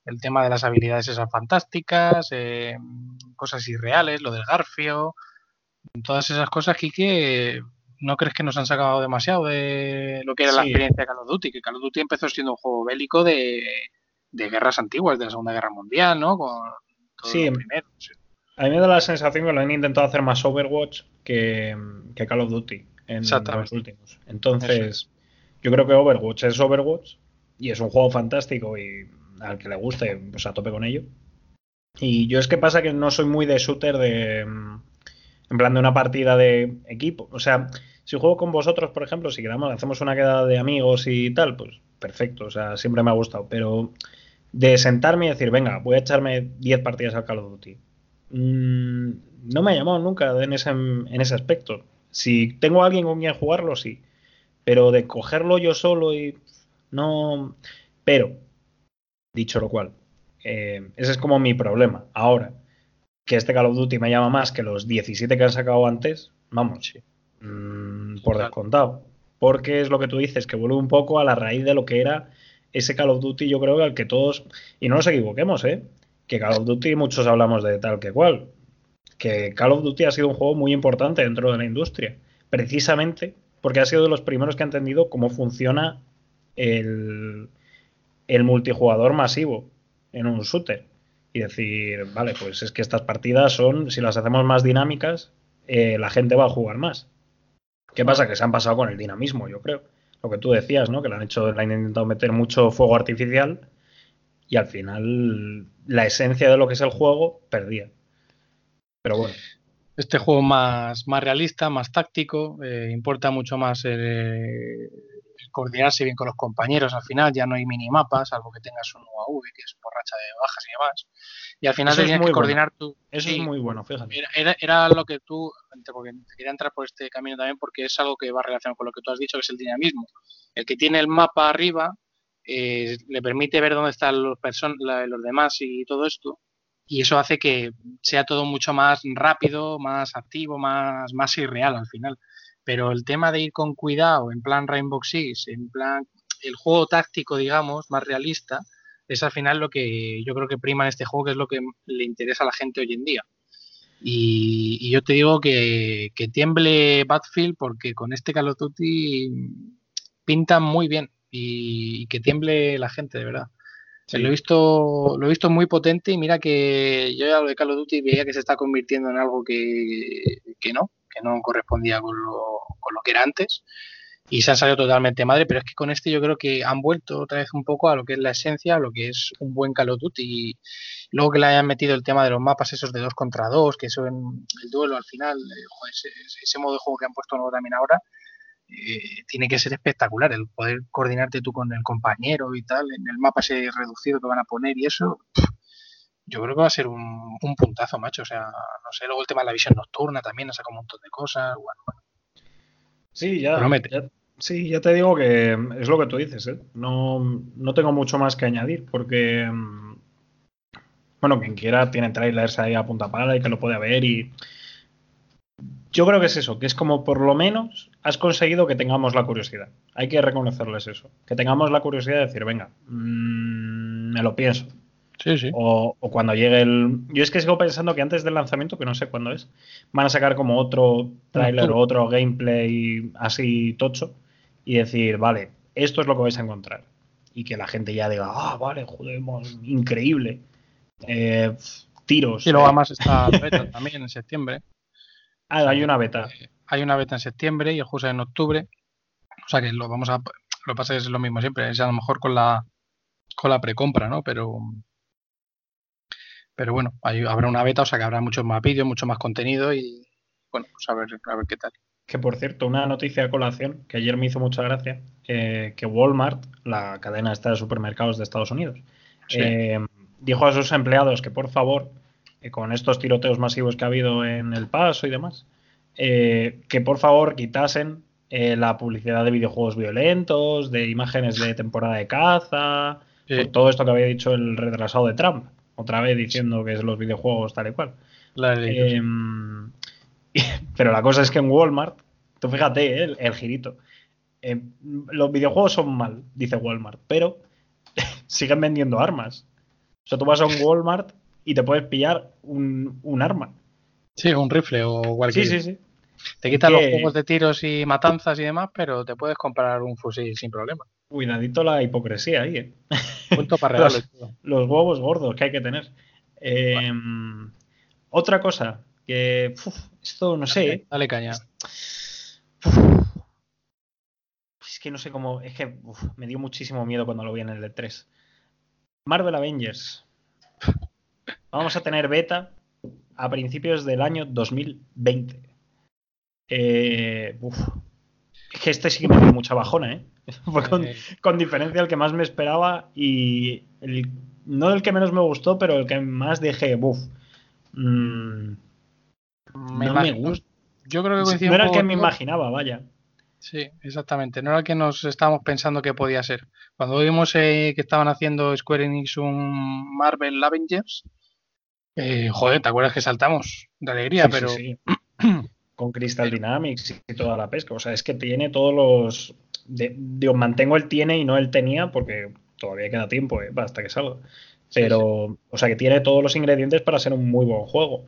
el tema de las habilidades esas fantásticas, eh, cosas irreales, lo del Garfio, todas esas cosas, Quique, ¿no crees que nos han sacado demasiado de lo que era sí. la experiencia de Call of Duty? Que Call of Duty empezó siendo un juego bélico de, de guerras antiguas, de la Segunda Guerra Mundial, ¿no? Con todo
sí.
lo primero. Sí.
A mí me da la sensación que lo han intentado hacer más Overwatch que, que Call of Duty en los últimos. Entonces, yo creo que Overwatch es Overwatch y es un juego fantástico y al que le guste, pues a tope con ello. Y yo es que pasa que no soy muy de shooter de... En plan de una partida de equipo. O sea, si juego con vosotros, por ejemplo, si quedamos, hacemos una quedada de amigos y tal, pues perfecto. O sea, siempre me ha gustado. Pero de sentarme y decir, venga, voy a echarme diez partidas al Call of Duty. Mmm, no me ha llamado nunca en ese, en ese aspecto. Si tengo a alguien con quien jugarlo, sí. Pero de cogerlo yo solo y... No... Pero, dicho lo cual, eh, ese es como mi problema. Ahora, que este Call of Duty me llama más que los diecisiete que han sacado antes, vamos, sí. mmm, por descontado. Porque es lo que tú dices, que vuelve un poco a la raíz de lo que era ese Call of Duty, yo creo que al que todos... Y no nos equivoquemos, ¿eh? Que Call of Duty muchos hablamos de tal que cual. Que Call of Duty ha sido un juego muy importante dentro de la industria. Precisamente porque ha sido de los primeros que ha entendido cómo funciona el, el multijugador masivo en un shooter. Y decir, vale, pues es que estas partidas son, si las hacemos más dinámicas, eh, la gente va a jugar más. ¿Qué pasa? Que se han pasado con el dinamismo, yo creo. Lo que tú decías, ¿no? Que le han hecho, le han intentado meter mucho fuego artificial y al final la esencia de lo que es el juego perdía. Pero bueno.
Este juego más, más realista, más táctico, eh, importa mucho más el, el coordinarse bien con los compañeros. Al final ya no hay minimapas, salvo que tengas un U A V, que es por racha de bajas y demás. Y al final
Eso
te tienes que coordinar
bueno.
tú.
Eso
sí,
es muy bueno, fíjate.
Era, era, era lo que tú, porque quería entrar por este camino también, porque es algo que va relacionado con lo que tú has dicho, que es el dinamismo. El que tiene el mapa arriba eh, le permite ver dónde están los, person la, los demás y todo esto. Y eso hace que sea todo mucho más rápido, más activo, más, más irreal al final. Pero el tema de ir con cuidado, en plan Rainbow Six, en plan el juego táctico, digamos, más realista, es al final lo que yo creo que prima en este juego, que es lo que le interesa a la gente hoy en día. Y, y yo te digo que, que tiemble Battlefield, porque con este Call of Duty pinta muy bien y, y que tiemble la gente, de verdad. Sí. Lo he visto, lo he visto muy potente y mira que yo ya lo de Call of Duty veía que se está convirtiendo en algo que, que no, que no correspondía con lo, con lo que era antes y se han salido totalmente madre, pero es que con este yo creo que han vuelto otra vez un poco a lo que es la esencia, a lo que es un buen Call of Duty y luego que le hayan metido el tema de los mapas esos de dos contra dos, que eso en el duelo al final, eh, joder, ese, ese modo de juego que han puesto nuevo también ahora, Eh, tiene que ser espectacular el poder coordinarte tú con el compañero y tal, en el mapa ese reducido que van a poner y eso, yo creo que va a ser un, un puntazo, macho. O sea, no sé, luego el tema de la visión nocturna también, ha sacado un montón de cosas, bueno, bueno.
Sí, ya, ya, sí, ya te digo que es lo que tú dices, ¿eh? No, no tengo mucho más que añadir porque, bueno, quien quiera tiene trailers ahí a punta pala y que lo puede ver y... Yo creo que es eso, que es como por lo menos has conseguido que tengamos la curiosidad. Hay que reconocerles eso. Que tengamos la curiosidad de decir, venga, mmm, me lo pienso.
Sí, sí.
O, o cuando llegue el... Yo es que sigo pensando que antes del lanzamiento, que no sé cuándo es, van a sacar como otro tráiler o otro gameplay así tocho y decir, vale, esto es lo que vais a encontrar. Y que la gente ya diga, ah, vale, joder, increíble. Eh, tiros.
Y luego eh. además está beta también en septiembre.
Ah, hay una beta.
Eh, hay una beta en septiembre y el juego sale en octubre. O sea que lo vamos a. Lo que pasa es que es lo mismo siempre. Es a lo mejor con la con la precompra, ¿no? Pero. Pero bueno, hay, habrá una beta, o sea que habrá muchos más vídeos, mucho más contenido y bueno, pues a ver, a ver qué tal.
Que por cierto, una noticia a colación que ayer me hizo mucha gracia, eh, que Walmart, la cadena esta de supermercados de Estados Unidos, sí. eh, dijo a sus empleados que por favor, eh, con estos tiroteos masivos que ha habido en El Paso y demás, eh, que por favor quitasen eh, la publicidad de videojuegos violentos, de imágenes de temporada de caza, sí. por todo esto que había dicho el retrasado de Trump, otra vez diciendo que es los videojuegos tal y cual.
La
eh, pero la cosa es que en Walmart, tú fíjate, ¿eh? el, el girito, eh, los videojuegos son mal, dice Walmart, pero siguen vendiendo armas. O sea, tú vas a un Walmart y te puedes pillar un, un arma.
Sí, un rifle o cualquier.
Sí, sí, sí.
Te quitan los juegos de tiros y matanzas y demás, pero te puedes comprar un fusil sin problema.
Cuidadito la hipocresía ahí, ¿eh?
Punto para regalos.
los, los huevos gordos que hay que tener. Eh, bueno. Otra cosa, que uf, esto no sé.
Dale, dale caña.
Uf, es que no sé cómo. Es que uf, me dio muchísimo miedo cuando lo vi en el E tres. Marvel Avengers. Vamos a tener beta a principios del año dos mil veinte. Eh, uf. Es que este sí que me dio mucha bajona, ¿eh? Fue con, eh... con diferencia el que más me esperaba y el, no el que menos me gustó, pero el que más dije, buf. Mmm,
me no me gusta. Yo creo que
coincido no era el que me imaginaba, vaya.
Sí, exactamente. No era el que nos estábamos pensando que podía ser. Cuando vimos eh, que estaban haciendo Square Enix un Marvel Avengers, eh, joder, ¿te acuerdas que saltamos de alegría?
Sí,
pero
sí, sí. Con Crystal pero... Dynamics y toda la pesca. O sea, es que tiene todos los... De, digo, mantengo el tiene y no el tenía porque todavía queda tiempo, ¿eh? Hasta que salga. Pero, sí, sí. O sea, que tiene todos los ingredientes para ser un muy buen juego.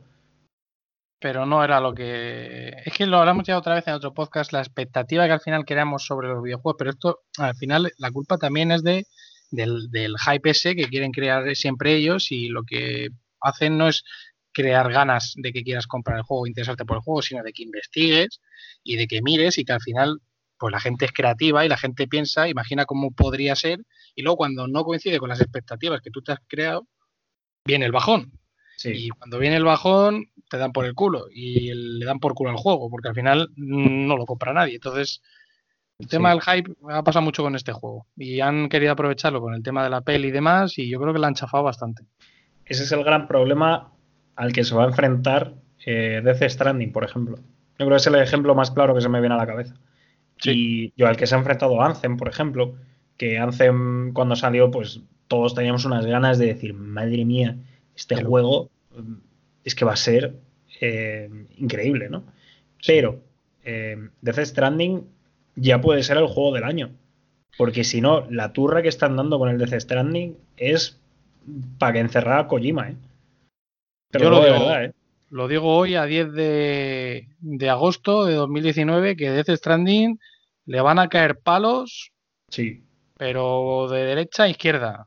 Pero no era lo que... Es que lo hablamos ya otra vez en otro podcast, la expectativa que al final creamos sobre los videojuegos, pero esto al final la culpa también es de del, del hype ese que quieren crear siempre ellos y lo que hacen no es crear ganas de que quieras comprar el juego, interesarte por el juego, sino de que investigues y de que mires y que al final pues la gente es creativa y la gente piensa, imagina cómo podría ser y luego cuando no coincide con las expectativas que tú te has creado, viene el bajón. Sí. Y cuando viene el bajón te dan por el culo y el, le dan por culo al juego porque al final no lo compra nadie. Entonces el tema sí. del hype ha pasado mucho con este juego y han querido aprovecharlo con el tema de la peli y demás y yo creo que la han chafado bastante.
Ese es el gran problema al que se va a enfrentar eh, Death Stranding, por ejemplo. Yo creo que es el ejemplo más claro que se me viene a la cabeza. Sí. Y yo al que se ha enfrentado Anthem, por ejemplo, que Anthem cuando salió pues todos teníamos unas ganas de decir, madre mía, este Pero... juego es que va a ser eh, increíble, ¿no? Sí. Pero eh, Death Stranding ya puede ser el juego del año. Porque si no, la turra que están dando con el Death Stranding es para que encerrara a Kojima, ¿eh?
Pero Yo lo digo, de verdad, ¿eh? Lo digo hoy a diez de, de agosto de dos mil diecinueve que Death Stranding le van a caer palos.
Sí.
Pero de derecha a izquierda.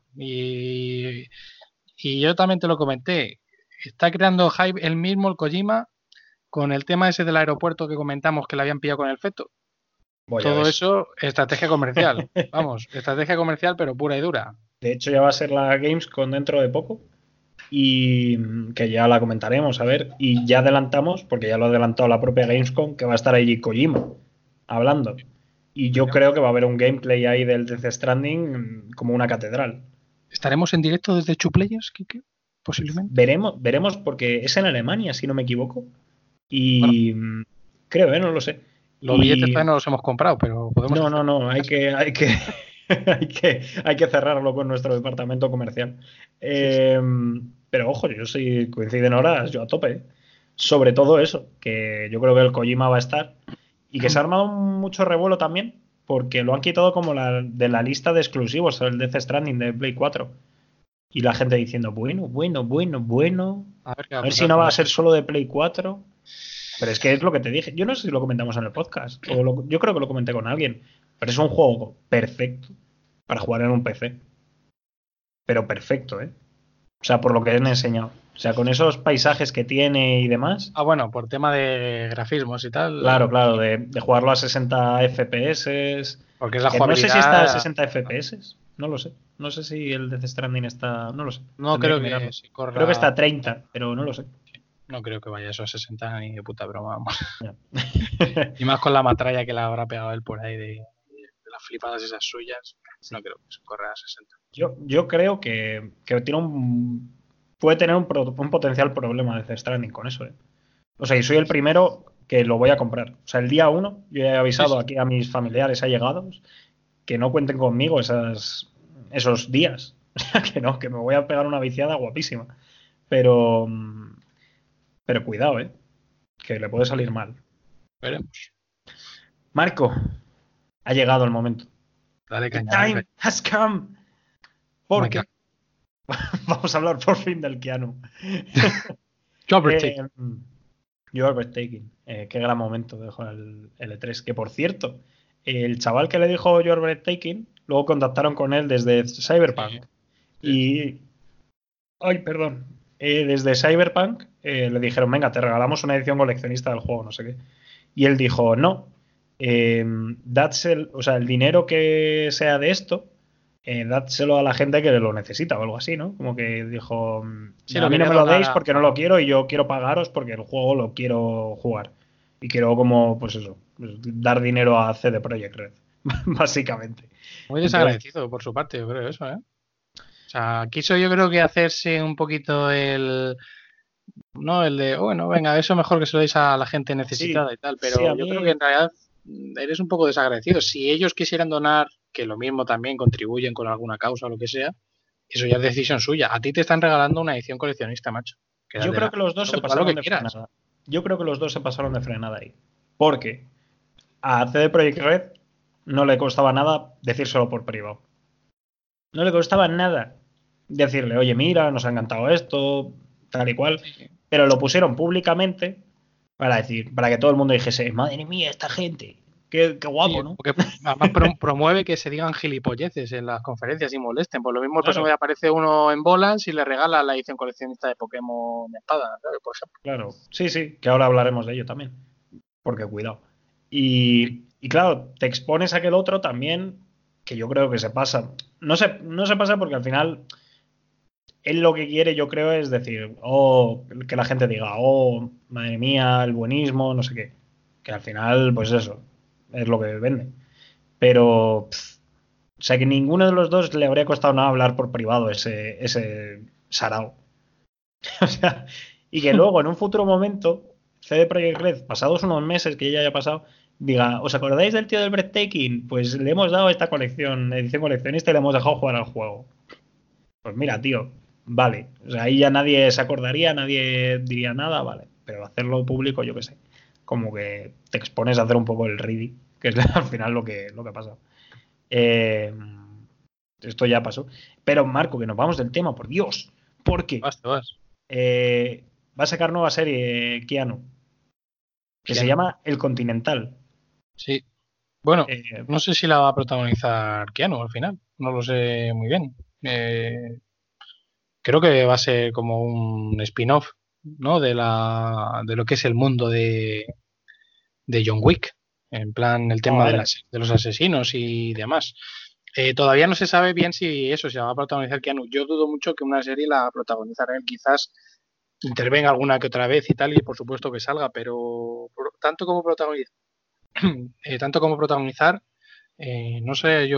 Y, y yo también te lo comenté. Está creando hype el mismo, el Kojima, con el tema ese del aeropuerto que comentamos que le habían pillado con el feto. Voy Todo eso, estrategia comercial. Vamos, estrategia comercial, pero pura y dura.
De hecho, ya va a ser la Gamescom dentro de poco. Y que ya la comentaremos, a ver. Y ya adelantamos, porque ya lo ha adelantado la propia Gamescom, que va a estar allí Kojima hablando. Y yo creo que va a haber un gameplay ahí del Death Stranding como una catedral.
¿Estaremos en directo desde Two Players, Kike? Posiblemente.
Veremos, veremos, porque es en Alemania, si no me equivoco. Y bueno, creo, ¿eh? No lo sé.
Los y... billetes todavía no los hemos comprado, pero podemos.
No, no, no, hay que, hay que, hay que, hay que cerrarlo con nuestro departamento comercial. Eh, sí, sí. Pero ojo, yo si coinciden horas, yo a tope. ¿eh? Sobre todo eso, que yo creo que el Kojima va a estar. Y que se ha armado mucho revuelo también, porque lo han quitado como la, de la lista de exclusivos, el Death Stranding de Play cuatro. Y la gente diciendo, bueno, bueno, bueno, bueno. A ver, a ver si no va a ser solo de Play cuatro. Pero es que es lo que te dije. Yo no sé si lo comentamos en el podcast. O lo, yo creo que lo comenté con alguien. Pero es un juego perfecto para jugar en un P C. Pero perfecto, ¿eh? O sea, por lo que han enseñado. O sea, con esos paisajes que tiene y demás.
Ah, bueno, por tema de grafismos y tal.
Claro, claro, de, de jugarlo a sesenta F P S.
Porque es la jugabilidad...
No sé si está a sesenta F P S. No lo sé. No sé si el Death Stranding está... No lo sé.
No creo que, que si corra...
Creo que está a treinta, pero no lo sé.
No creo que vaya eso a sesenta ni de puta broma, vamos. Y más con la matralla que le habrá pegado él por ahí de, de las flipadas esas suyas. No creo que se corra a sesenta.
Yo, yo creo que, que tiene un... Puede tener un, un potencial problema de Death Stranding con eso, ¿eh? O sea, y soy el primero que lo voy a comprar. O sea, el día uno yo he avisado sí, sí. aquí a mis familiares allegados que no cuenten conmigo esas, esos días. O sea, que no, que me voy a pegar una viciada guapísima. Pero, pero cuidado, ¿eh? Que le puede salir mal.
Veremos.
Marco, ha llegado el momento.
Dale caña.
The time has come. Porque Vamos a hablar por fin del Keanu.
Job breathtaking.
Eh, Job breathtaking. Eh, qué gran momento dejó el, el E tres. Que por cierto, el chaval que le dijo Job breathtaking, luego contactaron con él desde Cyberpunk.
Sí.
Y. Ay, perdón. Eh, desde Cyberpunk eh, le dijeron, venga, te regalamos una edición coleccionista del juego, no sé qué. Y él dijo, no. Eh, el, o sea, el dinero que sea de esto, eh, dádselo a la gente que lo necesita o algo así, ¿no? Como que dijo,
Sí,
a
lo
mí no
quería
me lo
donar
deis
a...
porque no lo quiero y yo quiero pagaros porque el juego lo quiero jugar. Y quiero como, pues eso, pues dar dinero a C D Projekt Red, básicamente.
Muy
Entonces,
desagradecido por su parte, yo creo eso, ¿eh? O sea, quiso yo creo que hacerse un poquito el... No, el de, bueno, venga, eso mejor que se lo deis a la gente
sí,
necesitada y tal,
sí, a
pero yo creo que
mí,
en realidad eres un poco desagradecido. Si ellos quisieran donar, que lo mismo también contribuyen con alguna causa o lo que sea, eso ya es decisión suya. A ti te están regalando una edición coleccionista, macho.
yo
Quédatela.
creo que los dos se
Luego tú haz lo
pasaron
que
de
quieras.
frenada. Yo creo que los dos se pasaron de frenada ahí. Porque a C D Projekt Red no le costaba nada decírselo por privado. No le costaba nada decirle, oye, mira, nos ha encantado esto, tal y cual.
Sí.
Pero lo pusieron públicamente para decir, para que todo el mundo dijese, madre mía, esta gente, qué, qué guapo,
Sí,
¿no?
porque además prom- promueve que se digan gilipolleces en las conferencias y molesten. Por lo mismo, el próximo
Claro,
día aparece uno en bolas y le regala la edición coleccionista de Pokémon Espada, ¿sabes? Por ejemplo.
claro. Sí, sí, que ahora hablaremos de ello también. Porque cuidado.
Sí.
Y, y claro, te expones a aquel otro también, que yo creo que se pasa. No se, no se pasa porque al final él lo que quiere, yo creo, es decir, oh, que la gente diga, oh, madre mía, el buenismo, no sé qué. Que al final, pues eso, es lo que vende. Pero, pff, o sea, que ninguno de los dos le habría costado nada hablar por privado ese, ese sarao. O sea, y que luego en un futuro momento, C D Projekt Red, pasados unos meses que ya haya pasado, diga, ¿os acordáis del tío del Breathtaking? Pues le hemos dado esta colección, edición coleccionista y le hemos dejado jugar al juego. Pues mira, tío, vale. O sea, ahí ya nadie se acordaría, nadie diría nada, vale. Pero hacerlo público, yo qué sé. Como que te expones a hacer un poco el ready, que es al final lo que, lo que ha pasado. Eh, esto ya pasó. Pero Marco, que nos vamos del tema, por Dios. Porque
Vas, te vas.
eh, va a sacar nueva serie Keanu, que se
¿Quién?
llama El Continental.
Sí. Bueno,
Eh,
no sé si la va a protagonizar Keanu al final. No lo sé muy bien. Eh, creo que va a ser como un spin-off, ¿no? De la, de lo que es el mundo de, de John Wick. En plan, el tema de,
joder,
las, de los asesinos y demás. Eh, todavía no se sabe bien si eso se va a protagonizar Keanu. Yo dudo mucho que una serie la protagonizará él. Quizás intervenga alguna que otra vez y tal, y por supuesto que salga, pero por- tanto como protagonizar, eh, tanto como protagonizar, eh, no sé,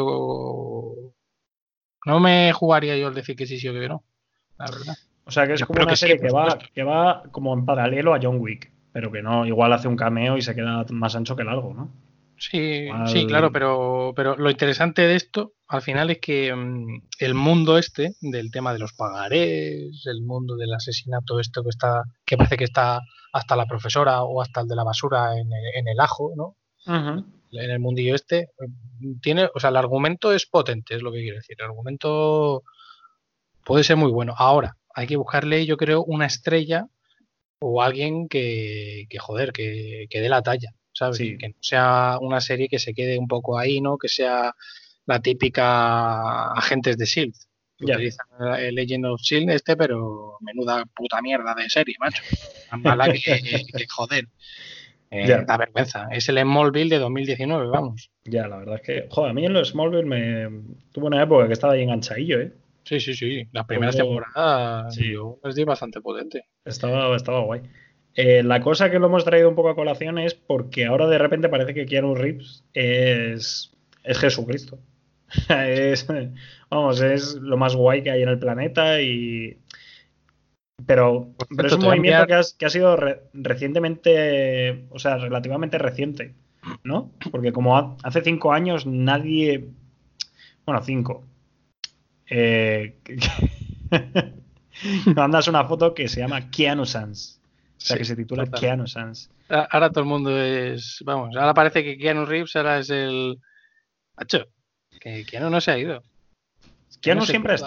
yo no me jugaría yo el decir que sí, sí o que no, la verdad.
o sea que es
Yo
como
espero
una
que sí,
serie
por
que va,
supuesto.
que va como en paralelo a John Wick, pero que no, igual hace un cameo y se queda más ancho que largo, ¿no?
Sí, sí, claro,
Igual,
pero, pero lo interesante de esto al final es que mm, el mundo este del tema de los pagarés, el mundo del asesinato, esto que está, que parece que está hasta la profesora o hasta el de la basura en el, en el ajo, ¿no?
uh-huh.
En el mundillo este, tiene, o sea, el argumento es potente, es lo que quiero decir. El argumento puede ser muy bueno. Ahora, hay que buscarle, yo creo, una estrella o alguien que, que joder, que, que dé la talla, ¿sabes?
Sí,
Que no sea una serie que se quede un poco ahí, ¿no? Que sea la típica agentes de S.H.I.E.L.D. que
ya.
utilizan el Legend of S.H.I.E.L.D. este, pero menuda puta mierda de serie, macho. Más mala que, que joder. Eh,
Ya,
da vergüenza. Es el Smallville de dos mil diecinueve, vamos.
ya, la verdad es que, joder, a mí en los Smallville me tuvo una época que estaba ahí enganchadillo, ¿eh?
Sí, sí, sí. Las
Pero
primeras
luego,
temporadas
sí,
yo les di bastante potente.
estaba, estaba guay. Eh, la cosa que lo hemos traído un poco a colación es porque ahora de repente parece que Keanu Reeves es, es Jesucristo. Es, vamos, es lo más guay que hay en el planeta y... Pero,
Por
pero es
cierto,
un
te voy a
movimiento
enviar.
que, has- que ha sido re- recientemente, o sea, relativamente reciente, ¿no? Porque como ha- hace cinco años nadie, bueno, cinco, eh, mandas una foto que se llama Keanu Sans, o sea,
Sí,
que se titula
total.
Keanu Sans.
A- Ahora todo el mundo es. Vamos, ahora parece que Keanu Reeves ahora es el. Hacho, que Keanu no se ha ido. Keanu
Keanu
se
siempre ha
queda.
estado.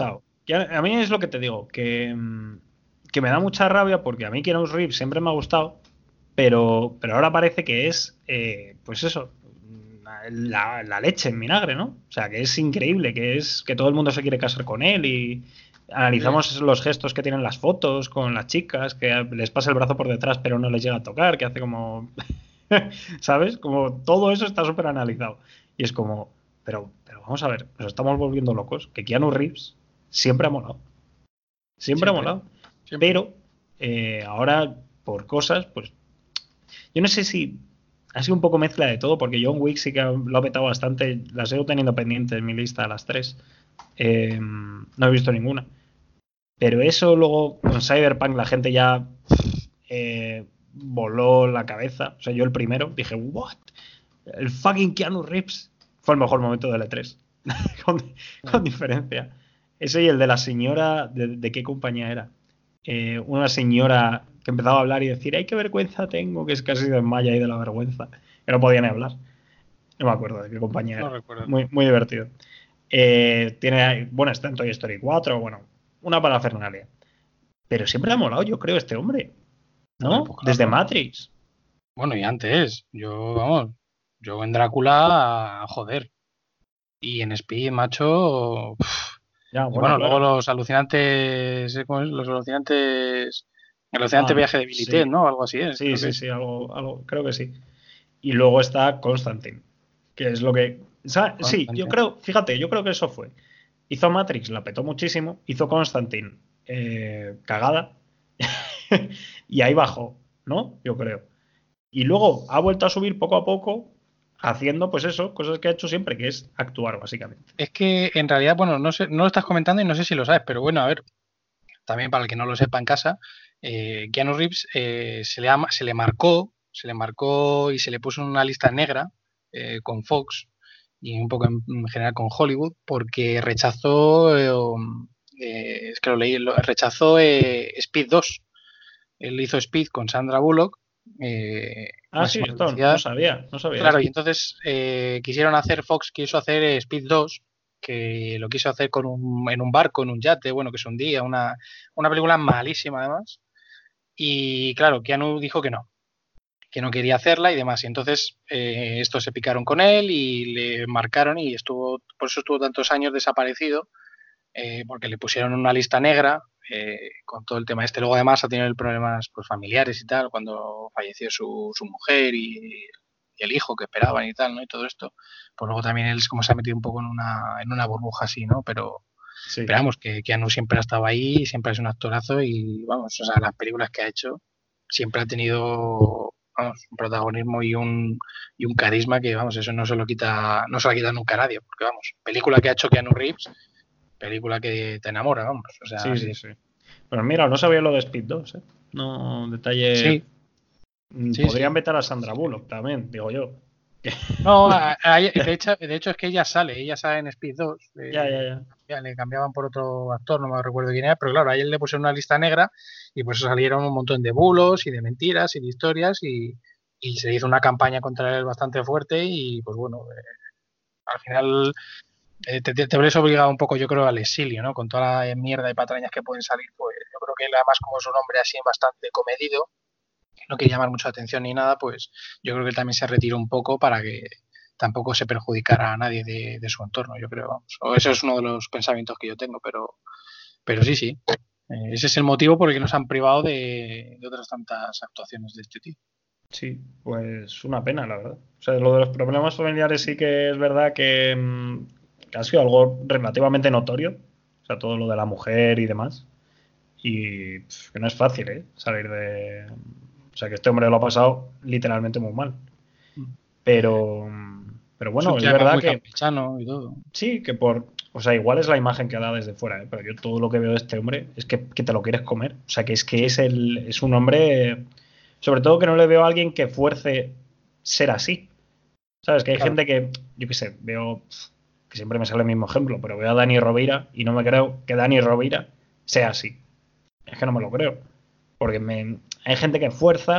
Y a, a mí es lo que te digo, que, que me da mucha rabia porque a mí Keanu Reeves siempre me ha gustado, pero, pero ahora parece que es, eh, pues eso, la, la leche en vinagre, ¿no? O sea, que es increíble, que es que todo el mundo se quiere casar con él y analizamos sí. los gestos que tienen las fotos con las chicas, que les pasa el brazo por detrás pero no les llega a tocar, que hace como... ¿Sabes? Como todo eso está súper analizado. Y es como, pero, pero vamos a ver, nos estamos volviendo locos, que Keanu Reeves siempre ha molado. Siempre, siempre ha molado. Siempre. Pero eh, ahora, por cosas, pues... Yo no sé si... Ha sido un poco mezcla de todo, porque John Wick sí que lo ha petado bastante. Las sigo teniendo pendientes en mi lista, las tres. Eh, no he visto ninguna. Pero eso luego, con Cyberpunk, la gente ya eh, voló la cabeza. O sea, yo el primero dije, ¿what? El fucking Keanu Reeves. Fue el mejor momento del E tres. con, con diferencia. Ese y el de la señora, ¿de, de qué compañía era? Eh, una señora que empezaba a hablar y decir, ¡ay, qué vergüenza tengo! Que es casi desmaya ahí de la vergüenza. Que no podía ni hablar. No me acuerdo de qué compañía
no
era.
Recuerdo.
Muy, muy divertido. Eh, tiene, bueno, está en Toy Story cuatro, bueno, una parafernalia. Pero siempre ha molado, yo creo, este hombre. ¿No? Bueno, pues claro. Desde Matrix.
Bueno, y antes, yo, vamos, yo en Drácula, joder. Y en Speed, macho... Ya, bueno, bueno claro. Luego los alucinantes, los alucinantes, el alucinante ah, viaje de Billy Ted, sí. ¿no? Algo así es.
Sí, sí, sí, algo, algo, creo que sí. Y luego está Constantine, que es lo que, ¿sabes? Sí, yo creo, fíjate, yo creo que eso fue. Hizo Matrix, la petó muchísimo, hizo Constantine, eh, cagada, y ahí bajó, ¿no? Yo creo. Y luego ha vuelto a subir poco a poco, haciendo, pues eso, cosas que ha hecho siempre, que es actuar, básicamente.
Es que en realidad, bueno, no sé, no lo estás comentando y no sé si lo sabes, pero bueno, a ver, también para el que no lo sepa en casa, eh, Keanu Reeves eh, se, le ama, se le marcó, se le marcó y se le puso en una lista negra eh, con Fox y un poco en, en general con Hollywood, porque rechazó, eh, eh, es que lo leí, lo, rechazó eh, Speed dos. Él hizo Speed con Sandra Bullock. Eh,
ah, sí, esto no sabía, no sabía.
Claro,
eso.
Y entonces eh, quisieron hacer, Fox quiso hacer Speed dos, que lo quiso hacer con un, en un barco, en un yate, bueno, que es un día, una, una película malísima además. Y claro, Keanu dijo que no, que no quería hacerla y demás. Y entonces eh, estos se picaron con él y le marcaron y estuvo, por eso estuvo tantos años desaparecido, eh, porque le pusieron una lista negra eh, con todo el tema este. Luego además ha tenido problemas pues, familiares y tal, cuando falleció su, su mujer y, y el hijo que esperaban y tal, ¿no? Y todo esto. Pues luego también él como se ha metido un poco en una, en una burbuja así, ¿no? Pero, sí. pero vamos, que Keanu siempre ha estado ahí, siempre es un actorazo y vamos, o sea, las películas que ha hecho siempre ha tenido vamos, un protagonismo y un, y un carisma que, vamos, eso no se lo quita, no se lo quita nunca a nadie, porque vamos, película que ha hecho Keanu Reeves, película que te enamora, vamos. O sea,
sí, sí, sí. Pero mira, no sabía lo de Speed dos, ¿eh? No, detalle.
Sí.
Podrían
sí,
vetar a Sandra Bullock también, digo yo.
No, a, a, de, hecho, de hecho es que ella sale, ella sale en Speed dos. Eh,
ya, ya, ya.
ya. Le cambiaban por otro actor, no me recuerdo quién era, pero claro, a él le pusieron una lista negra y por eso salieron un montón de bulos y de mentiras y de historias y, y se hizo una campaña contra él bastante fuerte y pues bueno, eh, al final eh, te, te, te ves obligado un poco, yo creo, al exilio, ¿no? Con toda la mierda y patrañas que pueden salir, pues yo creo que él además como es un hombre así bastante comedido, no quiere llamar mucho la atención ni nada, pues yo creo que él también se retiró un poco para que tampoco se perjudicara a nadie de, de su entorno, yo creo, vamos. O eso es uno de los pensamientos que yo tengo, pero, pero sí, sí. Eh, ese es el motivo por el que nos han privado de, de otras tantas actuaciones de este tipo.
Sí, pues una pena, la verdad. O sea, lo de los problemas familiares sí que es verdad que, que ha sido algo relativamente notorio. O sea, todo lo de la mujer y demás. Y pff, que no es fácil, ¿eh? Salir de... O sea, que este hombre lo ha pasado literalmente muy mal. Pero, pero bueno, es, es verdad
muy
que...
campechano y todo.
Sí, que por... O sea, igual es la imagen que da desde fuera, ¿eh? Pero yo todo lo que veo de este hombre es que, que te lo quieres comer. O sea, que es que sí. es, el, es un hombre... Sobre todo que no le veo a alguien que fuerce ser así. ¿Sabes? Que hay claro. gente que... Yo qué sé, veo... Que siempre me sale el mismo ejemplo, pero veo a Dani Rovira y no me creo que Dani Rovira sea así. Es que no me lo creo. Porque me, hay gente que fuerza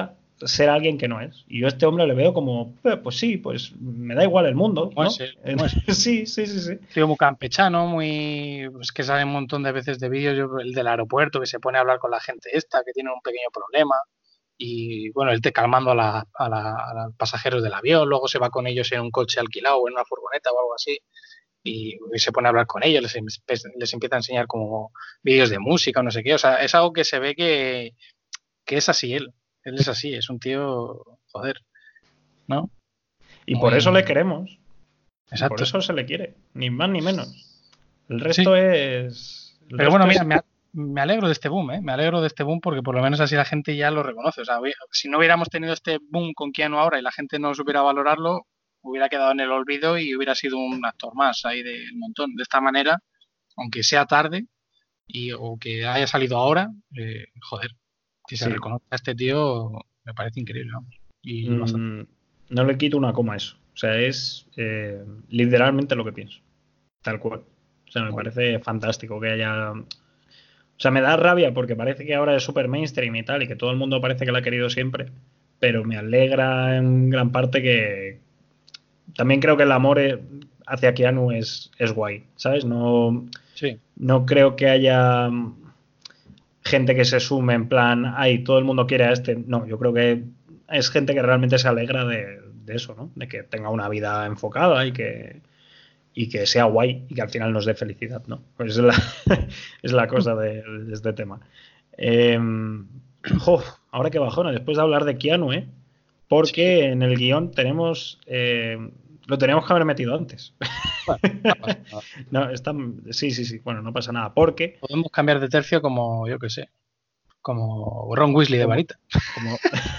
ser alguien que no es. Y yo a este hombre le veo como, eh, pues sí, pues me da igual el mundo, ¿no?
Pues, pues,
sí, sí, sí, sí.
Tío muy campechano, muy... Pues que sale un montón de veces de vídeos, yo, el del aeropuerto, que se pone a hablar con la gente esta, que tiene un pequeño problema. Y bueno, él te calmando a, la, a, la, a los pasajeros del avión, luego se va con ellos en un coche alquilado o en una furgoneta o algo así. Y, y se pone a hablar con ellos, les, les empieza a enseñar como vídeos de música o no sé qué. O sea, es algo que se ve que, que es así él. Él es así, es un tío, joder, ¿no?
Y
Muy...
por eso le queremos.
Exacto.
Por eso se le quiere, ni más ni menos. El resto
sí.
es... El
Pero
resto
bueno,
es...
mira, me, me alegro de este boom, ¿eh? Me alegro de este boom porque por lo menos así la gente ya lo reconoce. O sea, si no hubiéramos tenido este boom con Keanu ahora y la gente no supiera valorarlo, hubiera quedado en el olvido y hubiera sido un actor más ahí del montón. De esta manera, aunque sea tarde y, o que haya salido ahora, eh, joder, que se sí. reconozca a este tío me parece increíble, ¿no? Y
mm, no le quito una coma a eso. O sea, es eh, literalmente lo que pienso. Tal cual. O sea, me bueno. parece fantástico que haya... O sea, me da rabia porque parece que ahora es súper mainstream y tal, y que todo el mundo parece que la ha querido siempre, pero me alegra en gran parte que... También creo que el amor hacia Keanu es, es guay, ¿sabes? No,
sí.
no creo que haya gente que se sume en plan, ay, todo el mundo quiere a este. No, yo creo que es gente que realmente se alegra de, de eso, ¿no? De que tenga una vida enfocada y que, y que sea guay y que al final nos dé felicidad, ¿no? Pues es la, es la cosa de, de este tema. Eh, jo, ahora que bajona, después de hablar de Keanu, ¿eh? Porque sí. en el guión tenemos... Eh, lo teníamos que haber metido antes.
Bueno, no pasa nada.
No, está, sí, sí, sí. Bueno, no pasa nada. Porque...
Podemos cambiar de tercio como, yo qué sé, como Ron Weasley de varita.
Como...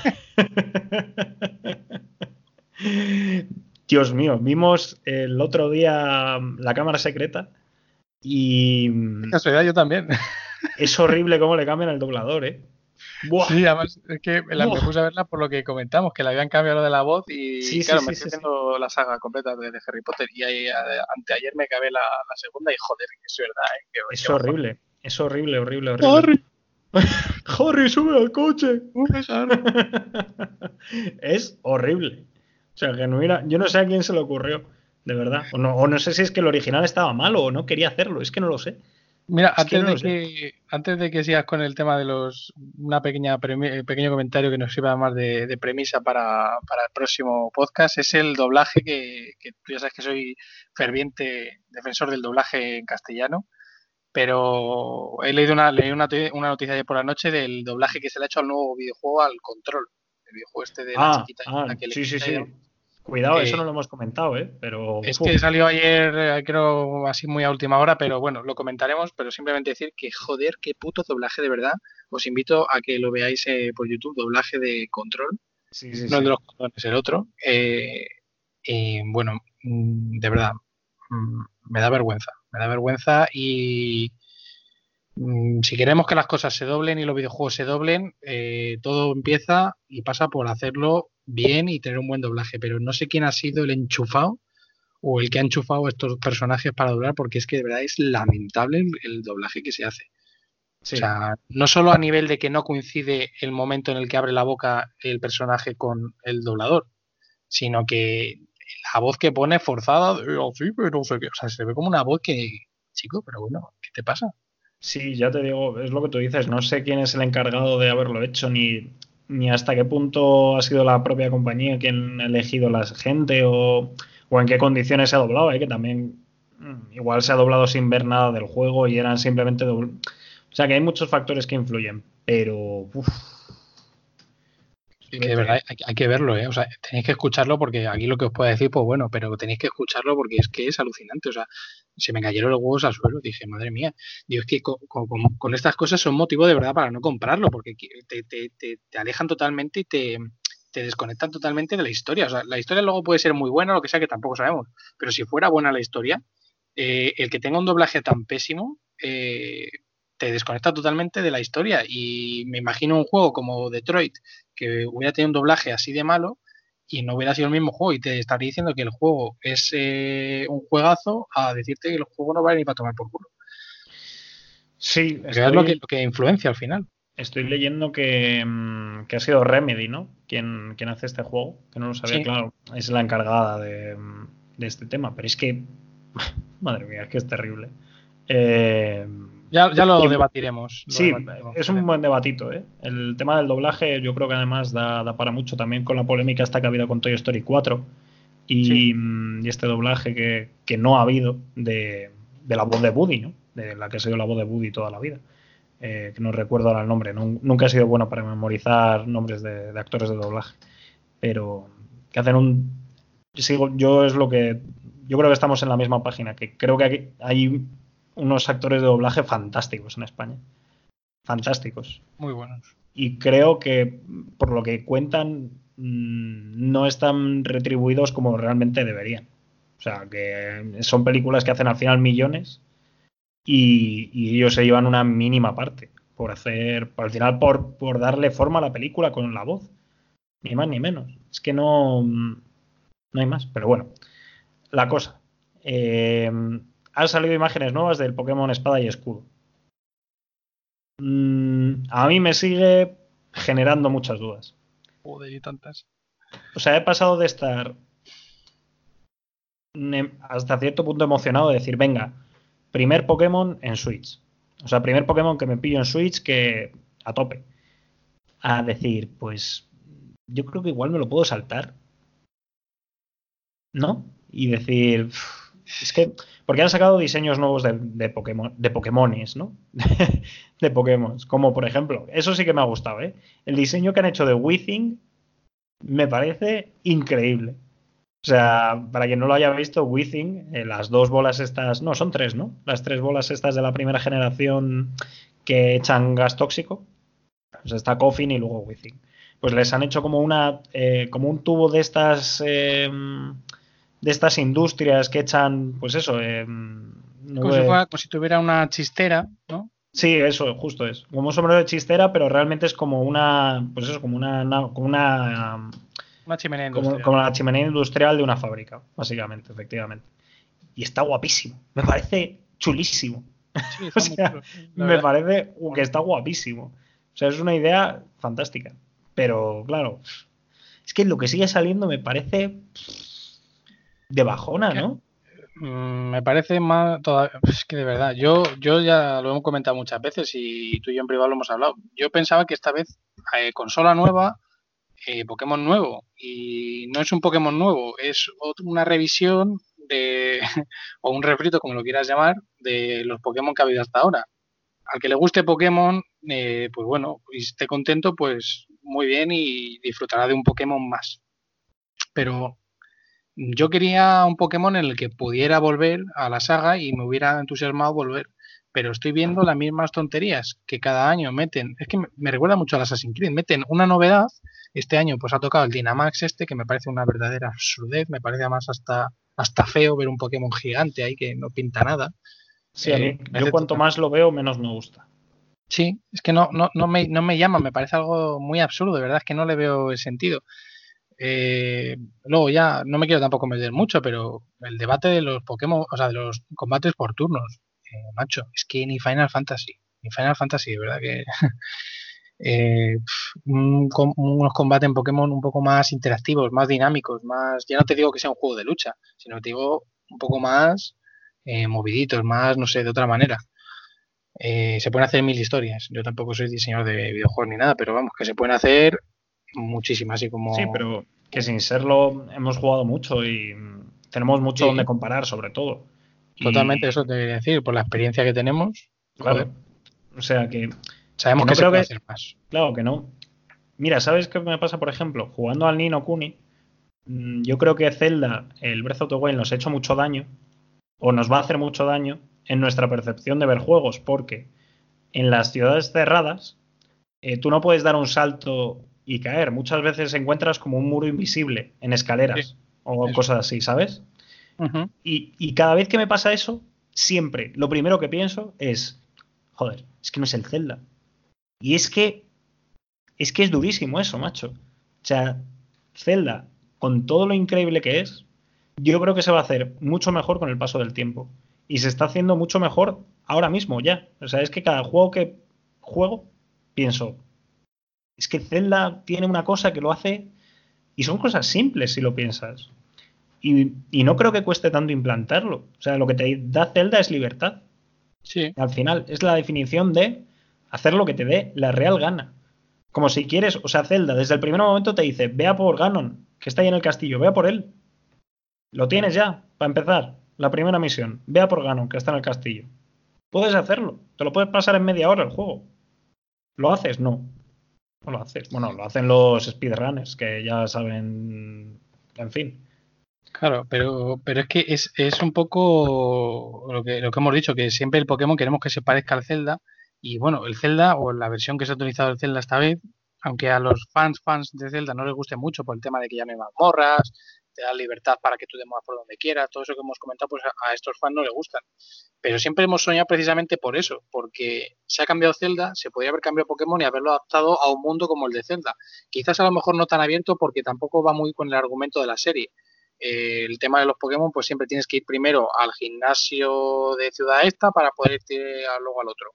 Dios mío, vimos el otro día La Cámara Secreta y...
De casualidad yo también.
Es horrible cómo le cambian el doblador, ¿eh?
Buah. Sí, además es que la, me puse a verla por lo que comentamos, que le habían cambiado lo de la voz y
sí,
claro,
sí,
me
sí,
estoy
sí,
viendo
sí.
la saga completa de, de Harry Potter y ahí, anteayer me acabé la, la segunda y joder, que es verdad, ¿eh? Que,
es
que
horrible, bajo. Es horrible, horrible, horrible. ¡Harry! ¡Harry, sube al coche! Es horrible. O sea, que no hubiera... Yo no sé a quién se le ocurrió, de verdad. O no, o no sé si es que el original estaba malo o no quería hacerlo, es que no lo sé.
Mira, es antes, que no de que, antes de que sigas con el tema de los... Una pequeña pequeño comentario que nos sirva más de, de premisa para, para el próximo podcast es el doblaje que, que tú ya sabes que soy ferviente defensor del doblaje en castellano, pero he leído una, leí una, una noticia de por la noche del doblaje que se le ha hecho al nuevo videojuego al Control, el videojuego este de
ah,
la chiquita
ah,
que le
sí, sí, sí.
y
Cuidado, eh, eso no lo hemos comentado, ¿eh? Pero...
Es que salió ayer, creo, así muy a última hora, pero bueno, lo comentaremos, pero simplemente decir que, joder, qué puto doblaje de verdad. Os invito a que lo veáis eh, por YouTube, doblaje de Control.
Sí, sí,
no
sí.
el de los controles, el otro. Eh, eh, bueno, de verdad, me da vergüenza. Me da vergüenza y si queremos que las cosas se doblen y los videojuegos se doblen, eh, todo empieza y pasa por hacerlo bien y tener un buen doblaje, pero no sé quién ha sido el enchufado o el que ha enchufado a estos personajes para doblar, porque es que de verdad es lamentable el, el doblaje que se hace. Sí. O sea, no solo a nivel de que no coincide el momento en el que abre la boca el personaje con el doblador, sino que la voz que pone forzada, de, oh, sí, pero no sé qué. O sea, se ve como una voz que, chico, pero bueno, ¿qué te pasa?
Sí, ya te digo, es lo que tú dices, no sé quién es el encargado de haberlo hecho, ni, ni hasta qué punto ha sido la propia compañía quien ha elegido la gente o, o en qué condiciones se ha doblado, ¿eh? Que también igual se ha doblado sin ver nada del juego y eran simplemente dobl... O sea que hay muchos factores que influyen, pero... Uf.
Es que de verdad hay, hay que verlo, ¿eh? O sea, tenéis que escucharlo porque aquí lo que os puedo decir, pues bueno, pero tenéis que escucharlo porque es que es alucinante. O sea, se me cayeron los huevos al suelo. Dije, madre mía, digo, es que con, con, con estas cosas son motivo de verdad para no comprarlo porque te, te, te, te alejan totalmente y te, te desconectan totalmente de la historia. O sea, la historia luego puede ser muy buena, lo que sea, que tampoco sabemos. Pero si fuera buena la historia, eh, el que tenga un doblaje tan pésimo... Eh, te desconecta totalmente de la historia y me imagino un juego como Detroit que hubiera tenido un doblaje así de malo y no hubiera sido el mismo juego y te estaría diciendo que el juego es eh, un juegazo a decirte que el juego no vale ni para tomar por culo.
Sí,
estoy... es lo que, lo que influencia al final.
Estoy leyendo que, que ha sido Remedy, ¿no? quien, quien hace este juego, que no lo sabía,
Sí.
claro, es la encargada de, de este tema, pero es que, madre mía, es que es terrible. Eh,
Ya, ya lo
y,
debatiremos. Lo
sí,
debatiremos,
es un buen debatito, ¿eh? El tema del doblaje yo creo que además da, da para mucho también con la polémica esta que ha habido con Toy Story cuatro
Sí.
y, y este doblaje que, que no ha habido de, de la voz de Woody, ¿no? De la que ha sido la voz de Woody toda la vida. Eh, que no recuerdo ahora el nombre, no, nunca he sido bueno para memorizar nombres de, de actores de doblaje, pero que hacen un... Sigo, yo es lo que... Yo creo que estamos en la misma página, que creo que aquí hay unos actores de doblaje fantásticos en España. Fantásticos.
Muy buenos.
Y creo que, por lo que cuentan, no están retribuidos como realmente deberían. O sea, que son películas que hacen al final millones y, y ellos se llevan una mínima parte por hacer, al final por, por darle forma a la película con la voz, ni más ni menos. Es que no, no hay más, pero bueno, la cosa. Eh, han salido imágenes nuevas del Pokémon Espada y Escudo. Mm, a mí me sigue generando muchas dudas.
Joder, y tantas.
O sea, he pasado de estar hasta cierto punto emocionado de decir, venga, primer Pokémon en Switch. O sea, primer Pokémon que me pillo en Switch que a tope. A decir, pues yo creo que igual me lo puedo saltar, ¿no? Y decir, es que, porque han sacado diseños nuevos de, de Pokémon, de Pokémones, ¿no? de Pokémon, como por ejemplo, eso sí que me ha gustado, ¿eh? El diseño que han hecho de Weezing me parece increíble. O sea, para quien no lo haya visto, Weezing, eh, las dos bolas estas, no, son tres, ¿no? Las tres bolas estas de la primera generación que echan gas tóxico. Pues está Coffin y luego Weezing. Pues les han hecho como una, eh, como un tubo de estas, eh, de estas industrias que echan, pues eso, eh,
Como si
nube...
fuera, como si tuviera una chistera, ¿no?
Sí, eso, justo es. Como un sombrero de chistera, pero realmente es como una, pues eso, como una, una como una
Una chimenea
como,
industrial.
como la chimenea industrial de una fábrica, básicamente, efectivamente. Y está guapísimo. Me parece chulísimo.
Sí,
O
está muy
sea,
chulo. La
me
verdad.
parece que
Bueno,
está guapísimo. O sea, es una idea fantástica. Pero, claro, es que lo que sigue saliendo me parece de
es
bajona,
que
¿no?
mm, me parece más toda- es que de verdad, yo, yo ya lo hemos comentado muchas veces y tú y yo en privado lo hemos hablado. Yo pensaba que esta vez eh, consola nueva, eh, Pokémon nuevo, y no es un Pokémon nuevo, es ot- una revisión de o un refrito, como lo quieras llamar, de los Pokémon que ha habido hasta ahora. Al que le guste Pokémon, eh, pues bueno, y esté contento, pues muy bien y disfrutará de un Pokémon más. Pero yo quería un Pokémon en el que pudiera volver a la saga y me hubiera entusiasmado volver. Pero estoy viendo las mismas tonterías que cada año meten. Es que me, me recuerda mucho al Assassin's Creed. Meten una novedad. Este año pues ha tocado el Dynamax este, que me parece una verdadera absurdez. Me parece además hasta, hasta feo ver un Pokémon gigante ahí que no pinta nada.
Sí, a
Eh,
mí,
me
yo
parece
cuanto
total.
más lo veo, menos me gusta.
Sí, es que no, no, no, me, no me llama, me parece algo muy absurdo, de verdad es que no le veo el sentido. Eh, luego ya, no me quiero tampoco meter mucho, pero el debate de los Pokémon, o sea, de los combates por turnos, eh, macho, es que ni Final Fantasy, ni Final Fantasy, de verdad que eh, pf, un com- unos combates en Pokémon un poco más interactivos, más dinámicos, más, ya no te digo que sea un juego de lucha, sino que te digo un poco más eh, moviditos, más, no sé, de otra manera. Eh, se pueden hacer mil historias. Yo tampoco soy diseñador de videojuegos ni nada, pero vamos, que se pueden hacer muchísimas, así
Sí,
como...
pero que sin serlo hemos jugado mucho y mm, tenemos mucho donde
Sí,
comparar, sobre todo.
totalmente, eso
Y,
te quería decir, por la experiencia que tenemos, joder,
claro, o sea que,
sabemos
que
que
no
se
creo
puede
que,
hacer más.
claro que no. Mira, ¿sabes qué me pasa, por ejemplo? Jugando al Ni no Kuni, mm, yo creo que Zelda, el Breath of the Wild, nos ha hecho mucho daño, o nos va a hacer mucho daño en nuestra percepción de ver juegos, porque en las ciudades cerradas eh, tú no puedes dar un salto y caer. Muchas veces encuentras como un muro invisible en
Sí,
escaleras o
eso.
cosas así, ¿sabes?
Ujú.
Y, y cada vez que me pasa eso, siempre lo primero que pienso es, joder, es que no es el Zelda. Y es que es que es durísimo eso, macho. O sea, Zelda, con todo lo increíble que es, yo creo que se va a hacer mucho mejor con el paso del tiempo. Y se está haciendo mucho mejor ahora mismo ya. O sea, es que cada juego que juego, pienso, Es que Zelda tiene una cosa que lo hace, y son cosas simples si lo piensas. Y, y no creo que cueste tanto implantarlo. O sea, lo que te da Zelda es libertad.
Sí,
Al final, es la definición de hacer lo que te dé la real gana. Como si quieres, o sea, Zelda desde el primer momento te dice, vea por Ganon, que está ahí en el castillo, vea por él. Lo tienes ya, para empezar, la primera misión. Vea por Ganon, que está en el castillo. Puedes hacerlo, te lo puedes pasar en media hora el juego. ¿Lo haces? No. No lo haces. Bueno, lo hacen los speedrunners, que ya saben, en fin.
claro, pero, pero es que es, es un poco lo que, lo que hemos dicho, que siempre el Pokémon queremos que se parezca al Zelda. Y bueno, el Zelda, o la versión que se ha utilizado el Zelda esta vez, aunque a los fans, fans de Zelda no les guste mucho por el tema de que ya no hay mazmorras, te da libertad para que tú te muevas por donde quieras, todo eso que hemos comentado, pues a, a estos fans no les gustan. Pero siempre hemos soñado precisamente por eso, porque se ha cambiado Zelda, se podría haber cambiado Pokémon y haberlo adaptado a un mundo como el de Zelda. Quizás a lo mejor no tan abierto porque tampoco va muy con el argumento de la serie. Eh, el tema de los Pokémon, pues siempre tienes que ir primero al gimnasio de ciudad esta para poder irte a, luego al otro.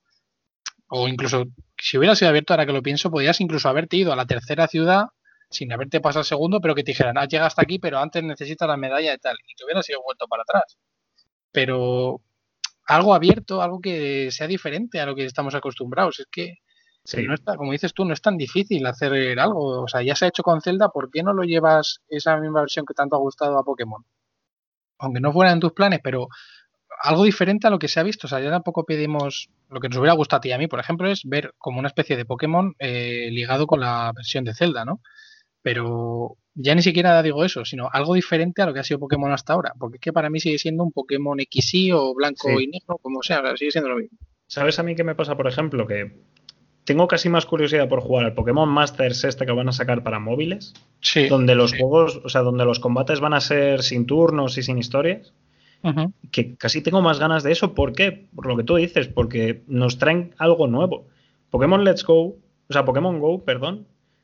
O incluso, si hubiera sido abierto, ahora que lo pienso, podrías incluso haberte ido a la tercera ciudad sin haberte pasado el segundo, pero que te dijeran, has llegado hasta aquí, pero antes necesitas la medalla y tal, y te hubieras sido vuelto para atrás. Pero algo abierto, algo que sea diferente a lo que estamos acostumbrados. Es que no
Sí.
está, como dices tú, no es tan difícil hacer algo. O sea, ya se ha hecho con Zelda, ¿por qué no lo llevas esa misma versión que tanto ha gustado a Pokémon? Aunque no fuera en tus planes, pero algo diferente a lo que se ha visto. O sea, ya tampoco pedimos lo que nos hubiera gustado a ti y a mí, por ejemplo, es ver como una especie de Pokémon eh, ligado con la versión de Zelda, ¿no? Pero ya ni siquiera digo eso, sino algo diferente a lo que ha sido Pokémon hasta ahora. Porque es que para mí sigue siendo un Pokémon X Y o blanco y
Sí.
negro, como sea, o sea, sigue siendo lo mismo.
¿Sabes a mí qué me pasa, por ejemplo? Que tengo casi más curiosidad por jugar al Pokémon Masters este que van a sacar para móviles,
Sí,
donde los juegos, o sea, donde los combates van a ser sin turnos y sin historias,
uh-huh,
que casi tengo más ganas de eso. ¿Por qué? Por lo que tú dices, porque nos traen algo nuevo. Pokémon Let's Go, o sea, Pokémon Go, perdón,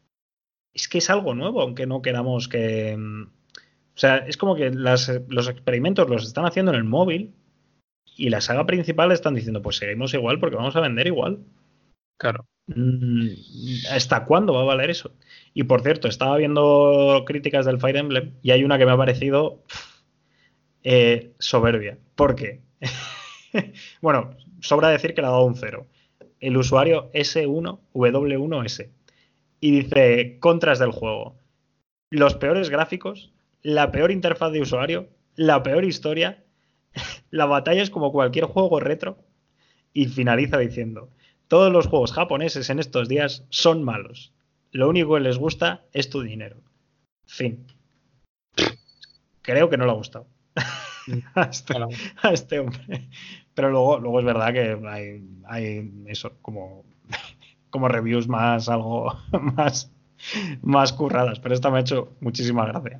es que es algo nuevo, aunque no queramos que... O sea, es como que las, los experimentos los están haciendo en el móvil y la saga principal están diciendo, pues seguimos igual porque vamos a vender igual.
claro.
¿Hasta cuándo va a valer eso? Y por cierto, estaba viendo críticas del Fire Emblem y hay una que me ha parecido eh, soberbia. ¿Por qué? Bueno, sobra decir que le ha dado un cero. El usuario ese uno W uno ese. Y dice, contras del juego. Los peores gráficos, la peor interfaz de usuario, la peor historia, la batalla es como cualquier juego retro. Y finaliza diciendo, todos los juegos japoneses en estos días son malos. Lo único que les gusta es tu dinero. Fin. Creo que no le ha gustado a, este,
Claro.
a este hombre. Pero luego, luego es verdad que hay, hay eso, como, como reviews más, algo más, más curradas. Pero esta me ha hecho muchísima gracia.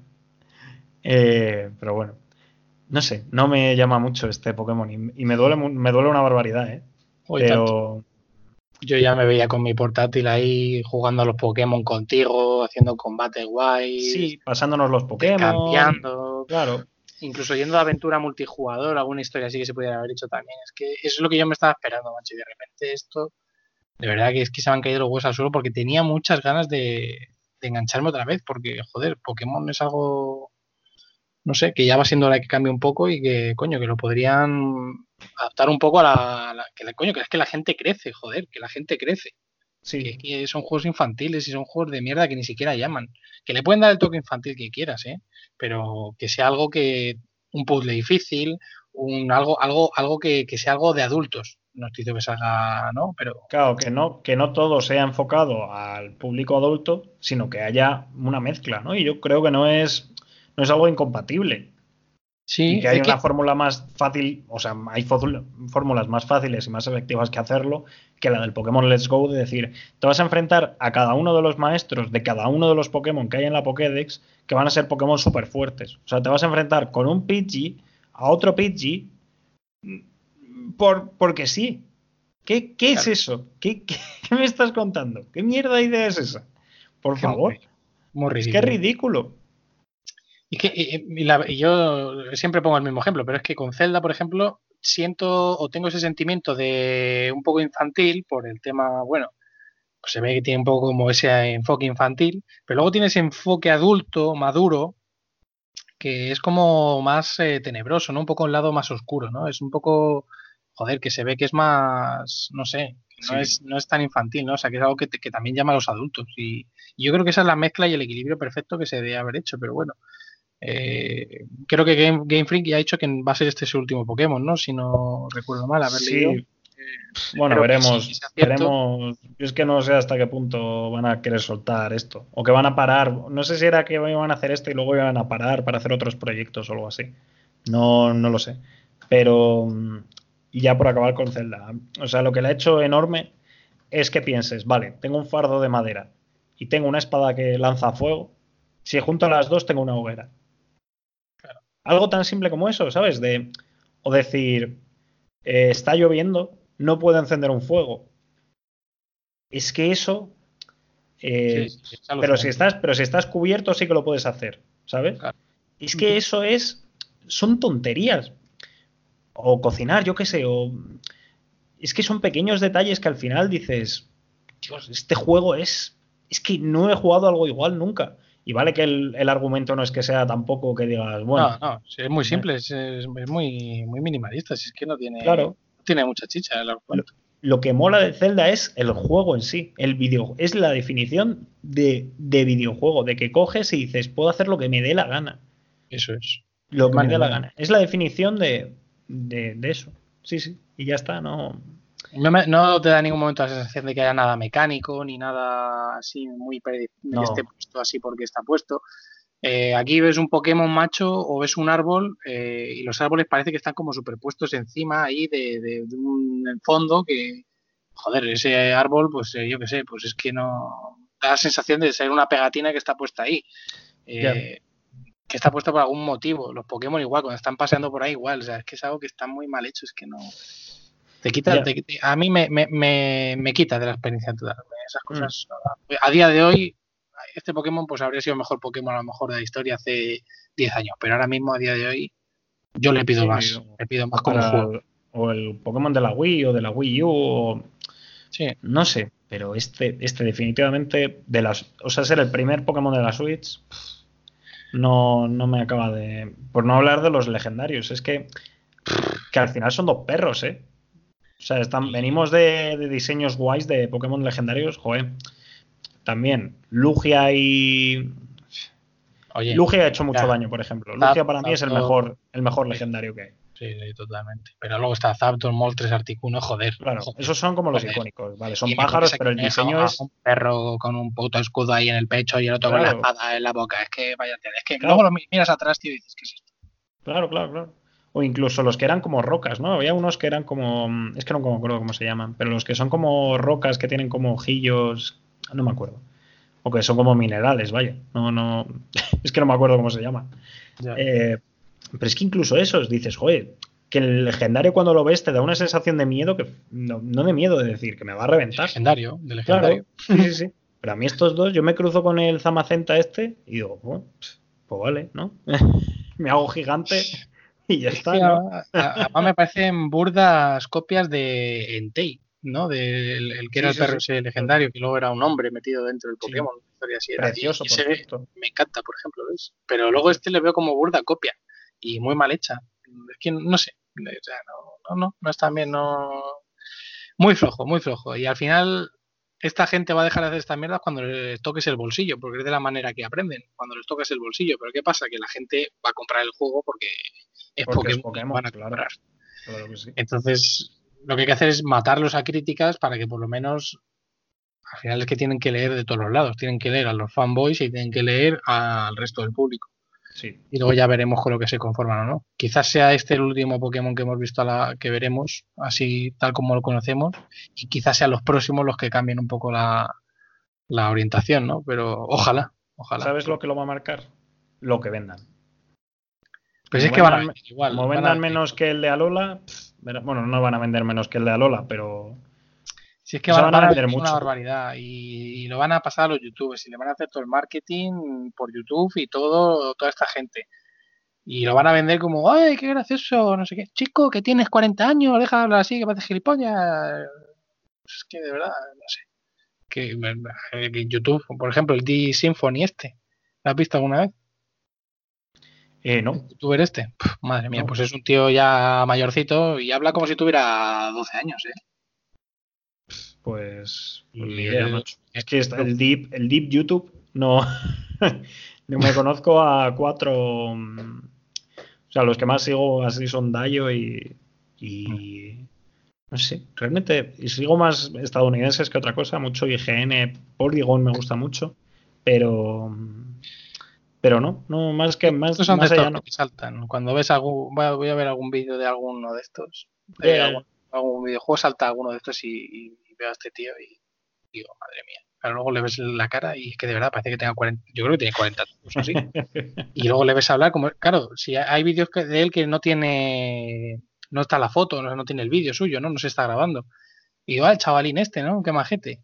Eh, pero bueno, no sé, no me llama mucho este Pokémon y, y me, duele, me duele una barbaridad, ¿eh?
Hoy tanto.
Pero
Yo ya me veía con mi portátil ahí jugando a los Pokémon contigo, haciendo combates guays,
sí, pasándonos los Pokémon,
intercambiando,
claro.
incluso yendo de aventura multijugador, alguna historia así que se pudiera haber hecho también. Es que eso es lo que yo me estaba esperando, macho, y de repente esto, de verdad que es que se me han caído los huesos al suelo porque tenía muchas ganas de, de engancharme otra vez, porque, joder, Pokémon es algo, no sé, que ya va siendo hora que cambie un poco y que, coño, que lo podrían adaptar un poco a la, a la que, coño, que es que la gente crece, joder, que la gente crece. Que es
Sí,
que son juegos infantiles y son juegos de mierda que ni siquiera llaman. Que le pueden dar el toque infantil que quieras, ¿eh? Pero que sea algo que. Un puzzle difícil, un algo, algo, algo que, que sea algo de adultos. No estoy diciendo que salga, ¿no? Pero.
claro, que no, que no todo sea enfocado al público adulto, sino que haya una mezcla, ¿no? Y yo creo que no es, no es algo incompatible. Y
Sí,
que hay
es
una
que.
fórmula más fácil, o sea, hay fórmulas más fáciles y más efectivas que hacerlo que la del Pokémon Let's Go, de decir, te vas a enfrentar a cada uno de los maestros de cada uno de los Pokémon que hay en la Pokédex, que van a ser Pokémon súper fuertes. O sea, te vas a enfrentar con un Pidgey a otro Pidgey por, porque sí. ¿Qué, qué es
Claro,
eso? ¿Qué, ¿Qué, ¿Qué me estás contando? ¿Qué mierda de idea es esa? Por
es que es
favor.
muy, muy
Es que es
ridículo.
ridículo.
Y, que, y, y la, y yo siempre pongo el mismo ejemplo, pero es que con Zelda, por ejemplo, siento o tengo ese sentimiento de un poco infantil por el tema, bueno, pues se ve que tiene un poco como ese enfoque infantil, pero luego tiene ese enfoque adulto, maduro, que es como más eh, tenebroso, ¿no? Un poco un lado más oscuro, ¿no? Es un poco, joder, que se ve que es más, no sé, que no,
Sí.
es, no es tan infantil, ¿no? O sea, que es algo que, te, que también llama a los adultos. Y, y yo creo que esa es la mezcla y el equilibrio perfecto que se debe haber hecho, pero bueno. Eh, creo que Game, Game Freak ya ha dicho que va a ser este su último Pokémon, ¿no? Si no recuerdo mal, haber leído.
Sí, bueno,
Espero que sí, que
veremos,
sea cierto.
veremos. Yo es que no sé hasta qué punto van a querer soltar esto. O que van a parar. No sé si era que iban a hacer esto y luego iban a parar para hacer otros proyectos o algo así. No, no lo sé. Pero, mm, y ya por acabar con Zelda. O sea, lo que le ha hecho enorme es que pienses, vale, tengo un fardo de madera y tengo una espada que lanza fuego. Si junto las dos, tengo una hoguera. Algo tan simple como eso, ¿sabes? De, o decir, eh, está lloviendo, no puedo encender un fuego. Es que eso,
Sí,
eh,
sí, es
pero si
alucinante.
estás, pero si estás cubierto sí que lo puedes hacer, ¿sabes?
Claro.
Es que eso es, son tonterías. O cocinar, yo qué sé, o es que son pequeños detalles que al final dices, Dios, este juego es, es que no he jugado algo igual nunca. Y vale que el, el argumento no es que sea tampoco que digas,
No,
bueno,
no, sí, es muy
eh,
simple, es, es, es muy, muy minimalista, si es que no tiene,
claro,
no tiene mucha chicha el
lo,
argumento.
lo que mola de Zelda es el juego en sí, el video, es la definición de, de videojuego, de que coges y dices, puedo hacer lo que me dé la gana,
Eso es. No
lo
hay
que me
más ni
dé la
menos.
gana. Es la definición de, de, de eso. Sí, sí, y ya está, no.
No, me- no te da en ningún momento la sensación de que haya nada mecánico ni nada así muy predi- de que esté
No,
puesto así porque está puesto. Eh, aquí ves un Pokémon macho o ves un árbol eh, y los árboles parece que están como superpuestos encima ahí de, de- de un fondo que, joder, ese árbol, pues eh, yo qué sé, pues es que no da la sensación de ser una pegatina que está puesta ahí.
ya.
Eh, que está puesta por algún motivo. Los Pokémon igual, cuando están paseando por ahí igual. O sea, es que es algo que está muy mal hecho, es que no. Te quita,
Ya.
te- te- a mí me, me, me, me quita de la experiencia total. Esas
Mm.
cosas. A día de hoy, este Pokémon pues habría sido el mejor Pokémon a lo mejor de la historia hace diez años, pero ahora mismo a día de hoy yo le pido
Sí,
más,
o,
le pido más
o
como
para
juego.
el, o el Pokémon de la Wii o de la Wii U, o,
Sí,
no sé, pero este, este definitivamente de las, o sea, ser el primer Pokémon de la Switch, no, no me acaba de, por no hablar de los legendarios, es que, que al final son dos perros, ¿eh? O sea, están,
y,
venimos de, de diseños guays de Pokémon legendarios, joder. También, Lugia y.
oye,
Lugia ha hecho mucho
ya,
daño, por ejemplo.
Zap,
Lugia para mí es el
Zapdos,
mejor, el mejor
sí,
legendario que hay.
sí, sí, totalmente. Pero luego está Zapdos, Moltres, Articuno, joder,
Claro,
joder,
esos son como los
joder.
icónicos, ¿vale? Son
Y me pones
pájaros,
aquí
pero el
a,
diseño
a
es.
un perro con un puto escudo ahí en el pecho y el otro con la
Claro,
espada en la boca. Es que vaya tela. Es que luego
claro,
lo miras atrás, tío, y dices, ¿qué es esto?
claro, claro, claro. O incluso los que eran como rocas, ¿no? Había unos que eran como. Es que no me acuerdo cómo se llaman, pero los que son como rocas que tienen como ojillos. No me acuerdo. O que son como minerales, vaya. No, no. Es que no me acuerdo cómo se llama.
Ya.
Eh, pero es que incluso esos dices, joder, que el legendario cuando lo ves te da una sensación de miedo que. No, no de miedo de decir que me va a
De
reventar.
legendario, de legendario.
Claro, sí, sí, sí. Pero a mí estos dos, yo me cruzo con el Zamacenta este y digo, bueno, pues vale, ¿no? Me hago gigante y ya
Es que
está, ¿no?
a- a- además me parecen burdas copias de Entei, ¿no? Del el que era
Sí,
el
sí,
perro
sí.
ese legendario, que luego era un hombre metido dentro del
Sí.
Pokémon. Una historia así era. Y,
Precioso,
y
por
ese
cierto.
me encanta, por ejemplo, ¿ves? Pero luego
Precioso.
este le veo como burda copia y muy mal hecha. Es que no sé. O sea, no, no, no, no está bien, no. Muy flojo, muy flojo. Y al final, esta gente va a dejar de hacer estas mierdas cuando les toques el bolsillo, porque es de la manera que aprenden, cuando les toques el bolsillo. Pero ¿qué pasa? Que la gente va a comprar el juego porque es
Porque es
Pokémon y lo
Pokémon,
van a
claro.
comprar.
Claro que sí.
Entonces, lo que hay que hacer es matarlos a críticas para que por lo menos, al final es que tienen que leer de todos los lados. Tienen que leer a los fanboys y tienen que leer al resto del público.
Sí.
Y luego ya veremos con lo que se conforman o no. Quizás sea este el último Pokémon que hemos visto, a la, que veremos, así tal como lo conocemos, y quizás sean los próximos los que cambien un poco la, la orientación, ¿no? Pero ojalá, ojalá.
¿Sabes lo que lo va a marcar? Lo que vendan.
Pues
Como
es que van a
vendan,
vender igual,
como
van a
vendan
vender.
menos que el de Alola, pff, bueno, no van a vender menos que el de Alola, pero.
Si es que
O sea,
van,
van a
van a
vender
vender una
mucho.
barbaridad y, y lo van a pasar a los youtubers y le van a hacer todo el marketing por YouTube y todo, toda esta gente. Y lo van a vender como, ¡ay, qué gracioso! No sé qué. Chico, que tienes cuarenta años, deja de hablar así, que pareces gilipollas. Es que de verdad, no sé. Que, que YouTube, por ejemplo, el D-Symphony este. ¿Lo has visto alguna vez?
Eh, no.
¿El youtuber este? Puf, madre mía,
No.
pues es un tío ya mayorcito y habla como si tuviera doce años, ¿eh?
Pues, pues
Y
ni idea,
el,
macho. Es que está el deep, el deep YouTube no, no me conozco a cuatro. mm, O sea, los que más sigo así son Dayo y, y no sé, realmente y sigo más estadounidenses que otra cosa, mucho I G N, Polygon me gusta mucho, pero pero no, no más que más
estos son de
más
estos
allá
que
no.
te saltan. Cuando ves algún, voy a, voy a ver algún vídeo de alguno de estos,
Ya,
de
ya,
algún,
ya.
algún videojuego, salta alguno de estos y, y- y veo a este tío y digo, madre mía. Pero luego le ves la cara y es que de verdad parece que tenga cuarenta, yo creo que tiene cuarenta o así. Y luego le ves hablar como, claro, si hay vídeos que- de él que no tiene, no está la foto, no, no tiene el vídeo suyo, ¿no? No se está grabando. Y digo, ah, el chavalín este, ¿no? Qué majete.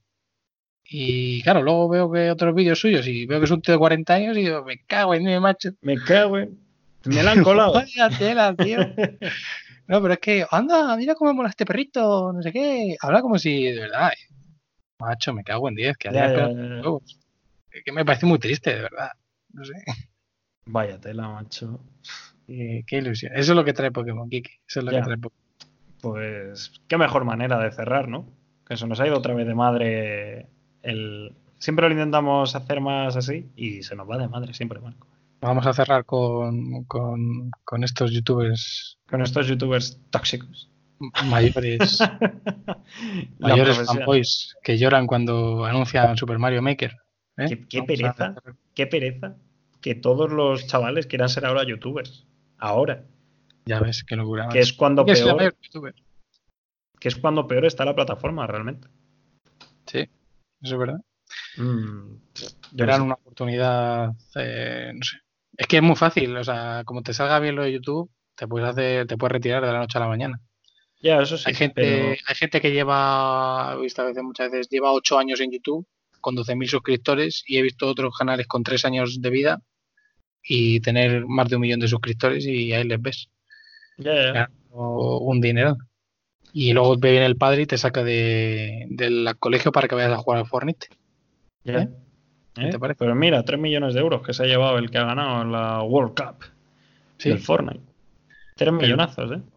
Y claro, luego veo que otros vídeos suyos y veo que es un tío de cuarenta años y digo, me cago en mi macho.
Me cago en... Me la han colado.
Vaya tela, tío. No, pero es que, anda, mira cómo mola este perrito, no sé qué. Habla como si, de verdad, eh, macho, me cago en diez, que
Ya,
haya
ya,
pegado
ya, ya.
huevos. Es que me parece muy triste, de verdad. No sé.
Vaya tela, macho.
Qué, qué ilusión. Eso es lo que trae Pokémon, Kike. Eso es lo que
Ya,
trae Pokémon.
pues qué mejor manera de cerrar, ¿no? Que se nos ha ido otra vez de madre el... Siempre lo intentamos hacer más así y se nos va de madre siempre, Marco.
Vamos a cerrar con, con, con estos youtubers
Con estos youtubers tóxicos.
mayores,
La
mayores
profesión.
fanboys que lloran cuando anuncian Super Mario Maker. ¿Eh?
Qué, qué
Vamos a
pereza,
cerrar.
qué pereza que todos los chavales quieran ser ahora youtubers. Ahora.
Ya ves, qué locura,
Que es
macho. ¿Quién
cuando
es el
peor,
mayor youtuber?
que es cuando peor está la plataforma realmente.
Sí, eso es verdad.
Mm, yo qué
Verán
sé.
una oportunidad, eh, no sé. Es que es muy fácil, o sea, como te salga bien lo de YouTube, te puedes hacer, te puedes retirar de la noche a la mañana.
Ya, eso
Hay
sí,
gente,
pero
hay gente que lleva, he visto a veces, muchas veces, lleva ocho años en YouTube con doce mil suscriptores y he visto otros canales con tres años de vida y tener más de un millón de suscriptores y ahí les ves.
ya, ya.
Ganando un dinero. Y luego viene el padre y te saca de, del colegio para que vayas a jugar al Fortnite. ¿Eh?
Ya.
¿Qué te
¿Eh?
parece?
Pero mira, tres millones de euros que se ha llevado el que ha ganado en la World Cup del
Sí,
Fortnite. Tres
pero
millonazos, ¿eh?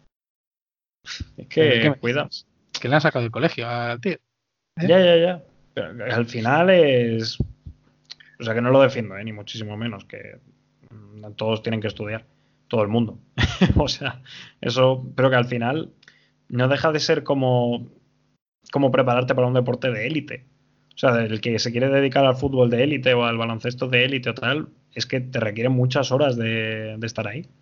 Es
¿pero qué
que,
me
cuidado.
dices? Que le han sacado del colegio al tío. ¿Eh?
Ya, ya, ya. Pero al final es. O sea, que no lo defiendo, ¿eh? Ni muchísimo menos. Que mm, todos tienen que estudiar. Todo el mundo. O sea, eso. Pero que al final no deja de ser como. Como prepararte para un deporte de élite. O sea, el que se quiere dedicar al fútbol de élite o al baloncesto de élite o tal, es que te requieren muchas horas de, de estar ahí.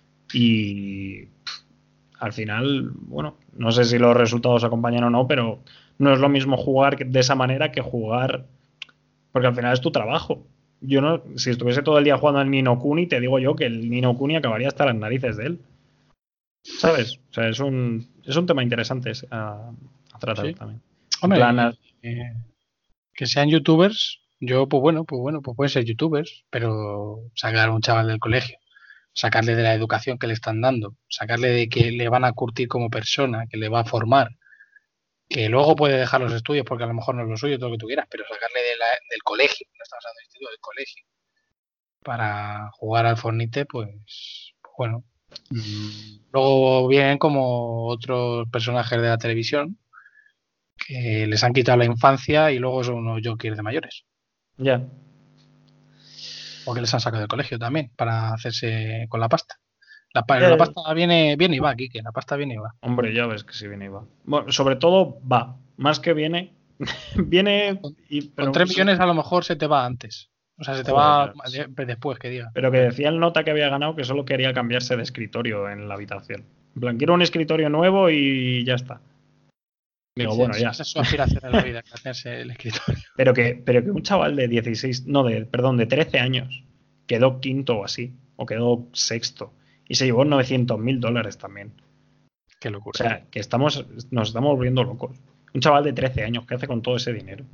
Y pff, al final, bueno, no sé si los resultados acompañan o no, pero no es lo mismo jugar de esa manera que jugar, porque al final es tu trabajo. Yo no, si estuviese todo el día jugando al Nino Kuni, te digo yo que el Nino Kuni acabaría hasta las narices de él. ¿Sabes? O sea, es un, es un tema interesante a, a tratar
Sí.
también. En
Hombre,
plan,
y, eh, que sean youtubers, yo, pues bueno, pues bueno, pues pueden ser youtubers, pero sacar a un chaval del colegio, sacarle de la educación que le están dando, sacarle de que le van a curtir como persona, que le va a formar, que luego puede dejar los estudios porque a lo mejor no es lo suyo, todo lo que tú quieras, pero sacarle de la- del colegio, no estamos hablando de instituto, del colegio, para jugar al Fornite, pues, pues bueno. Mm, Luego vienen como otros personajes de la televisión que les han quitado la infancia y luego son unos jockeys de mayores.
ya.
O que les han sacado del colegio también para hacerse con la pasta. La, pa- la
Ya,
pasta viene, viene y va aquí, que la pasta viene y va.
hombre, ya ves que si viene y va. Bueno, sobre todo va. Más que viene, viene
Con,
y
con
pero
tres millones a lo mejor se te va antes. O sea, se te
joder,
va
ya ves.
de- después, que diga.
Pero que
Pero
decía el nota que había ganado que solo quería cambiarse de escritorio en la habitación. En plan, quiero un escritorio nuevo y ya está. Digo,
sí,
bueno,
esa
ya.
es su aspiración en la vida, hacerse el escritorio.
Pero que, pero que un chaval de dieciséis, no, de, perdón, de trece años, quedó quinto o así, o quedó sexto, y se llevó novecientos mil dólares también.
Qué
O
locura.
sea, que estamos, nos estamos volviendo locos. Un chaval de trece años, ¿qué hace con todo ese dinero?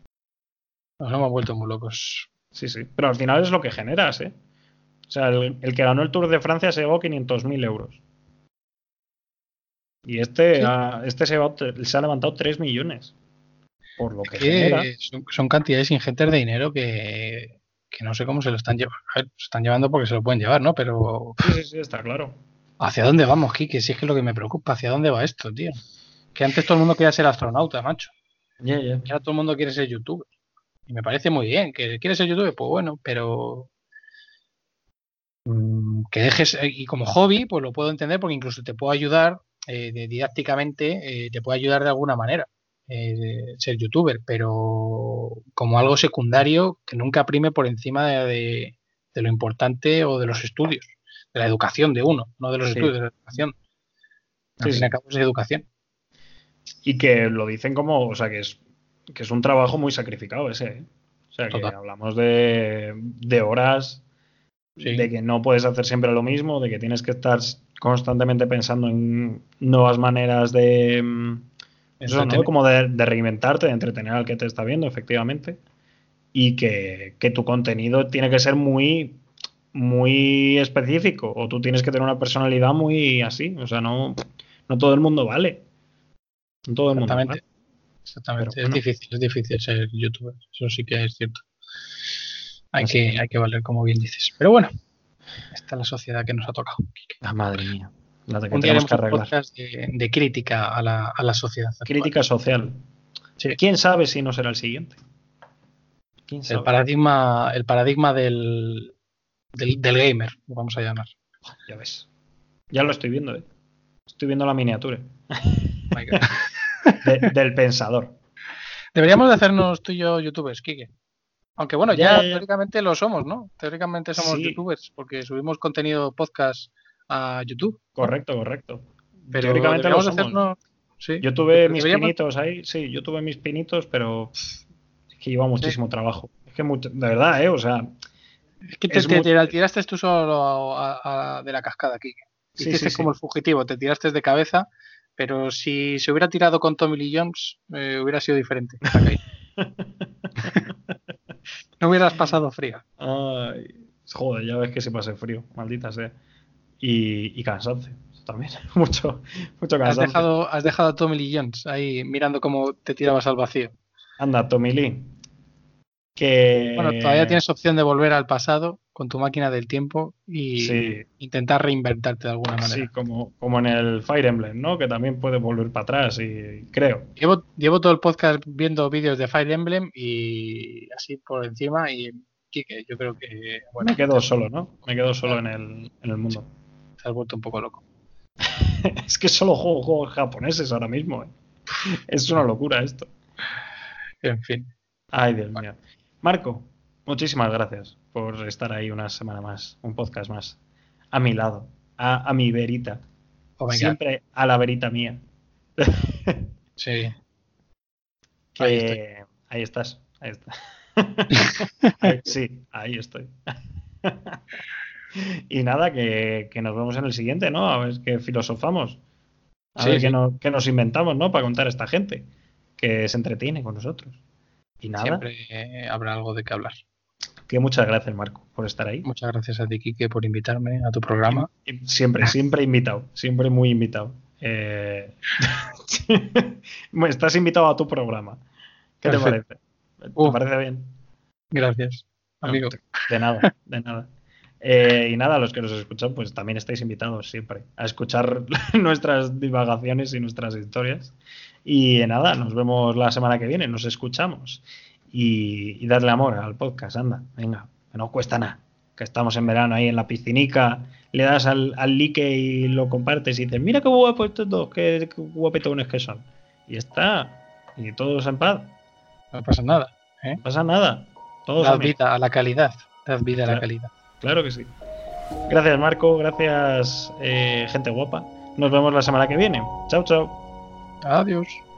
Nos hemos vuelto muy locos.
Sí, sí. Pero al final es lo que generas, ¿eh? O sea, el, el que ganó el Tour de Francia se llevó quinientos mil euros. Y este,
Sí,
ha- este se, va- se ha levantado tres millones. por lo que,
que
genera.
Son, son cantidades ingentes de dinero que, que no sé cómo se lo están llevando. A ver, se están llevando porque se lo pueden llevar, ¿no? Pero
Sí, sí, sí, está claro.
¿hacia dónde vamos, Kike? Si es que es lo que me preocupa, ¿hacia dónde va esto, tío? Que antes todo el mundo quería ser astronauta, macho.
Yeah, yeah.
Y ahora todo el mundo quiere ser youtuber. Y me parece muy bien. ¿Que quieres ser youtuber? Pues bueno, pero mmm, que dejes, y como hobby, pues lo puedo entender porque incluso te puedo ayudar eh, de, didácticamente, eh, te puede ayudar de alguna manera eh, ser youtuber, pero como algo secundario que nunca prime por encima de, de, de lo importante o de los estudios, de la educación de uno, no de los
Sí.
estudios, de la educación. Al
Sí,
fin y
sí.
al cabo es educación.
Y que lo dicen como, o sea, que es, que es un trabajo muy sacrificado ese, ¿eh? O sea, que
Total.
hablamos de, de horas,
Sí.
de que no puedes hacer siempre lo mismo, de que tienes que estar constantemente pensando en nuevas maneras de, mm, eso, ¿no? Como de, de reinventarte, de entretener al que te está viendo, efectivamente. Y que, que tu contenido tiene que ser muy, muy específico, o tú tienes que tener una personalidad muy así, o sea, no, no todo el mundo vale. No todo el mundo
Exactamente.
vale.
Exactamente.
Pero bueno.
Es difícil, es difícil ser youtuber. Eso sí que es cierto. Hay que, hay que valer, como bien dices. Pero bueno, esta es la sociedad que nos ha tocado.
Ah, madre mía. La que
Un día
tenemos
haremos
que
un
arreglar.
podcast de, de crítica a la, a la sociedad actual.
Crítica social.
Sí.
¿Quién sabe si no será el siguiente? ¿Quién sabe?
El paradigma, el paradigma del, del, del gamer, lo vamos a llamar.
Ya ves. Ya lo estoy viendo, ¿eh? Estoy viendo la miniatura. de, del pensador.
Deberíamos de hacernos tú y yo youtubers, Kike. Aunque bueno, ya,
ya,
ya
ya.
teóricamente lo somos, ¿no? Teóricamente somos
Sí.
youtubers porque subimos contenido podcast a YouTube. ¿no?
Correcto, correcto.
Pero
Teóricamente lo
deberíamos
somos.
hacernos... Sí.
Yo tuve
Pero
mis
deberíamos...
pinitos ahí, sí, yo tuve mis pinitos, pero pff, es que lleva muchísimo
sí.
trabajo. Es que mucho, de verdad, ¿eh? O sea...
Es que te,
es
te,
muy...
te tiraste tú solo a, a, a de la cascada, Kike.
Sí,
Hiciste
sí,
como
sí.
el fugitivo, te tiraste de cabeza, pero si se hubiera tirado con Tommy Lee Jones, eh, hubiera sido diferente. No hubieras pasado frío.
Ay, joder, ya ves que se pase frío, maldita sea. Y, y cansancio también. mucho, mucho cansancio.
Has dejado, has dejado a Tommy Lee Jones ahí mirando cómo te tirabas al vacío.
Anda, Tommy Lee. Que...
Bueno, todavía tienes opción de volver al pasado con tu máquina del tiempo y
sí,
intentar reinventarte de alguna manera.
sí, como, como en el Fire Emblem, ¿no? Que también puedes volver para atrás y creo.
Llevo, llevo todo el podcast viendo vídeos de Fire Emblem y así por encima y Kike, yo creo que... Bueno,
me quedo
te,
solo, ¿no? Me quedo solo en el, en el mundo.
Te has vuelto un poco loco.
Es que solo juego juegos japoneses ahora mismo. ¿eh? Es una locura esto.
En fin.
Ay, Dios mío. Marco, muchísimas gracias por estar ahí una semana más, un podcast más, a mi lado, a, a mi verita.
Oh,
siempre a la verita mía.
Sí.
Que ahí, estoy. Ahí estás. Ahí está. ahí, sí, ahí estoy. Y nada, que, que nos vemos en el siguiente, ¿no? A ver qué filosofamos. A
sí,
ver
sí.
qué, no, qué nos inventamos, ¿no? Para contar a esta gente que se entretiene con nosotros. Y nada.
Siempre eh, habrá algo de qué hablar.
Que muchas gracias, Marco, por estar ahí.
Muchas gracias a ti, Kike, por invitarme a tu programa.
Y, y siempre, siempre invitado. Siempre muy invitado. Eh... Estás invitado a tu programa. ¿Qué Perfecto. te parece? ¿Te uh, parece bien?
Gracias, amigo.
No, de nada, de nada. Eh, y nada, los que nos escuchan, pues también estáis invitados siempre a escuchar nuestras divagaciones y nuestras historias. Y nada, nos vemos la semana que viene, nos escuchamos. Y, y darle amor al podcast, anda, venga, que no cuesta nada. Que estamos en verano ahí en la piscinica, le das al, al like y lo compartes y dices, mira qué guapo estos dos, qué, qué guapetones que son. Y está, y todos en paz.
No pasa nada, ¿eh?
No pasa nada. Todos
Dad vida a la calidad, dad vida
claro,
a la calidad.
Claro que sí. Gracias, Marco, gracias, eh, gente guapa. Nos vemos la semana que viene. Chao, chao.
Adiós.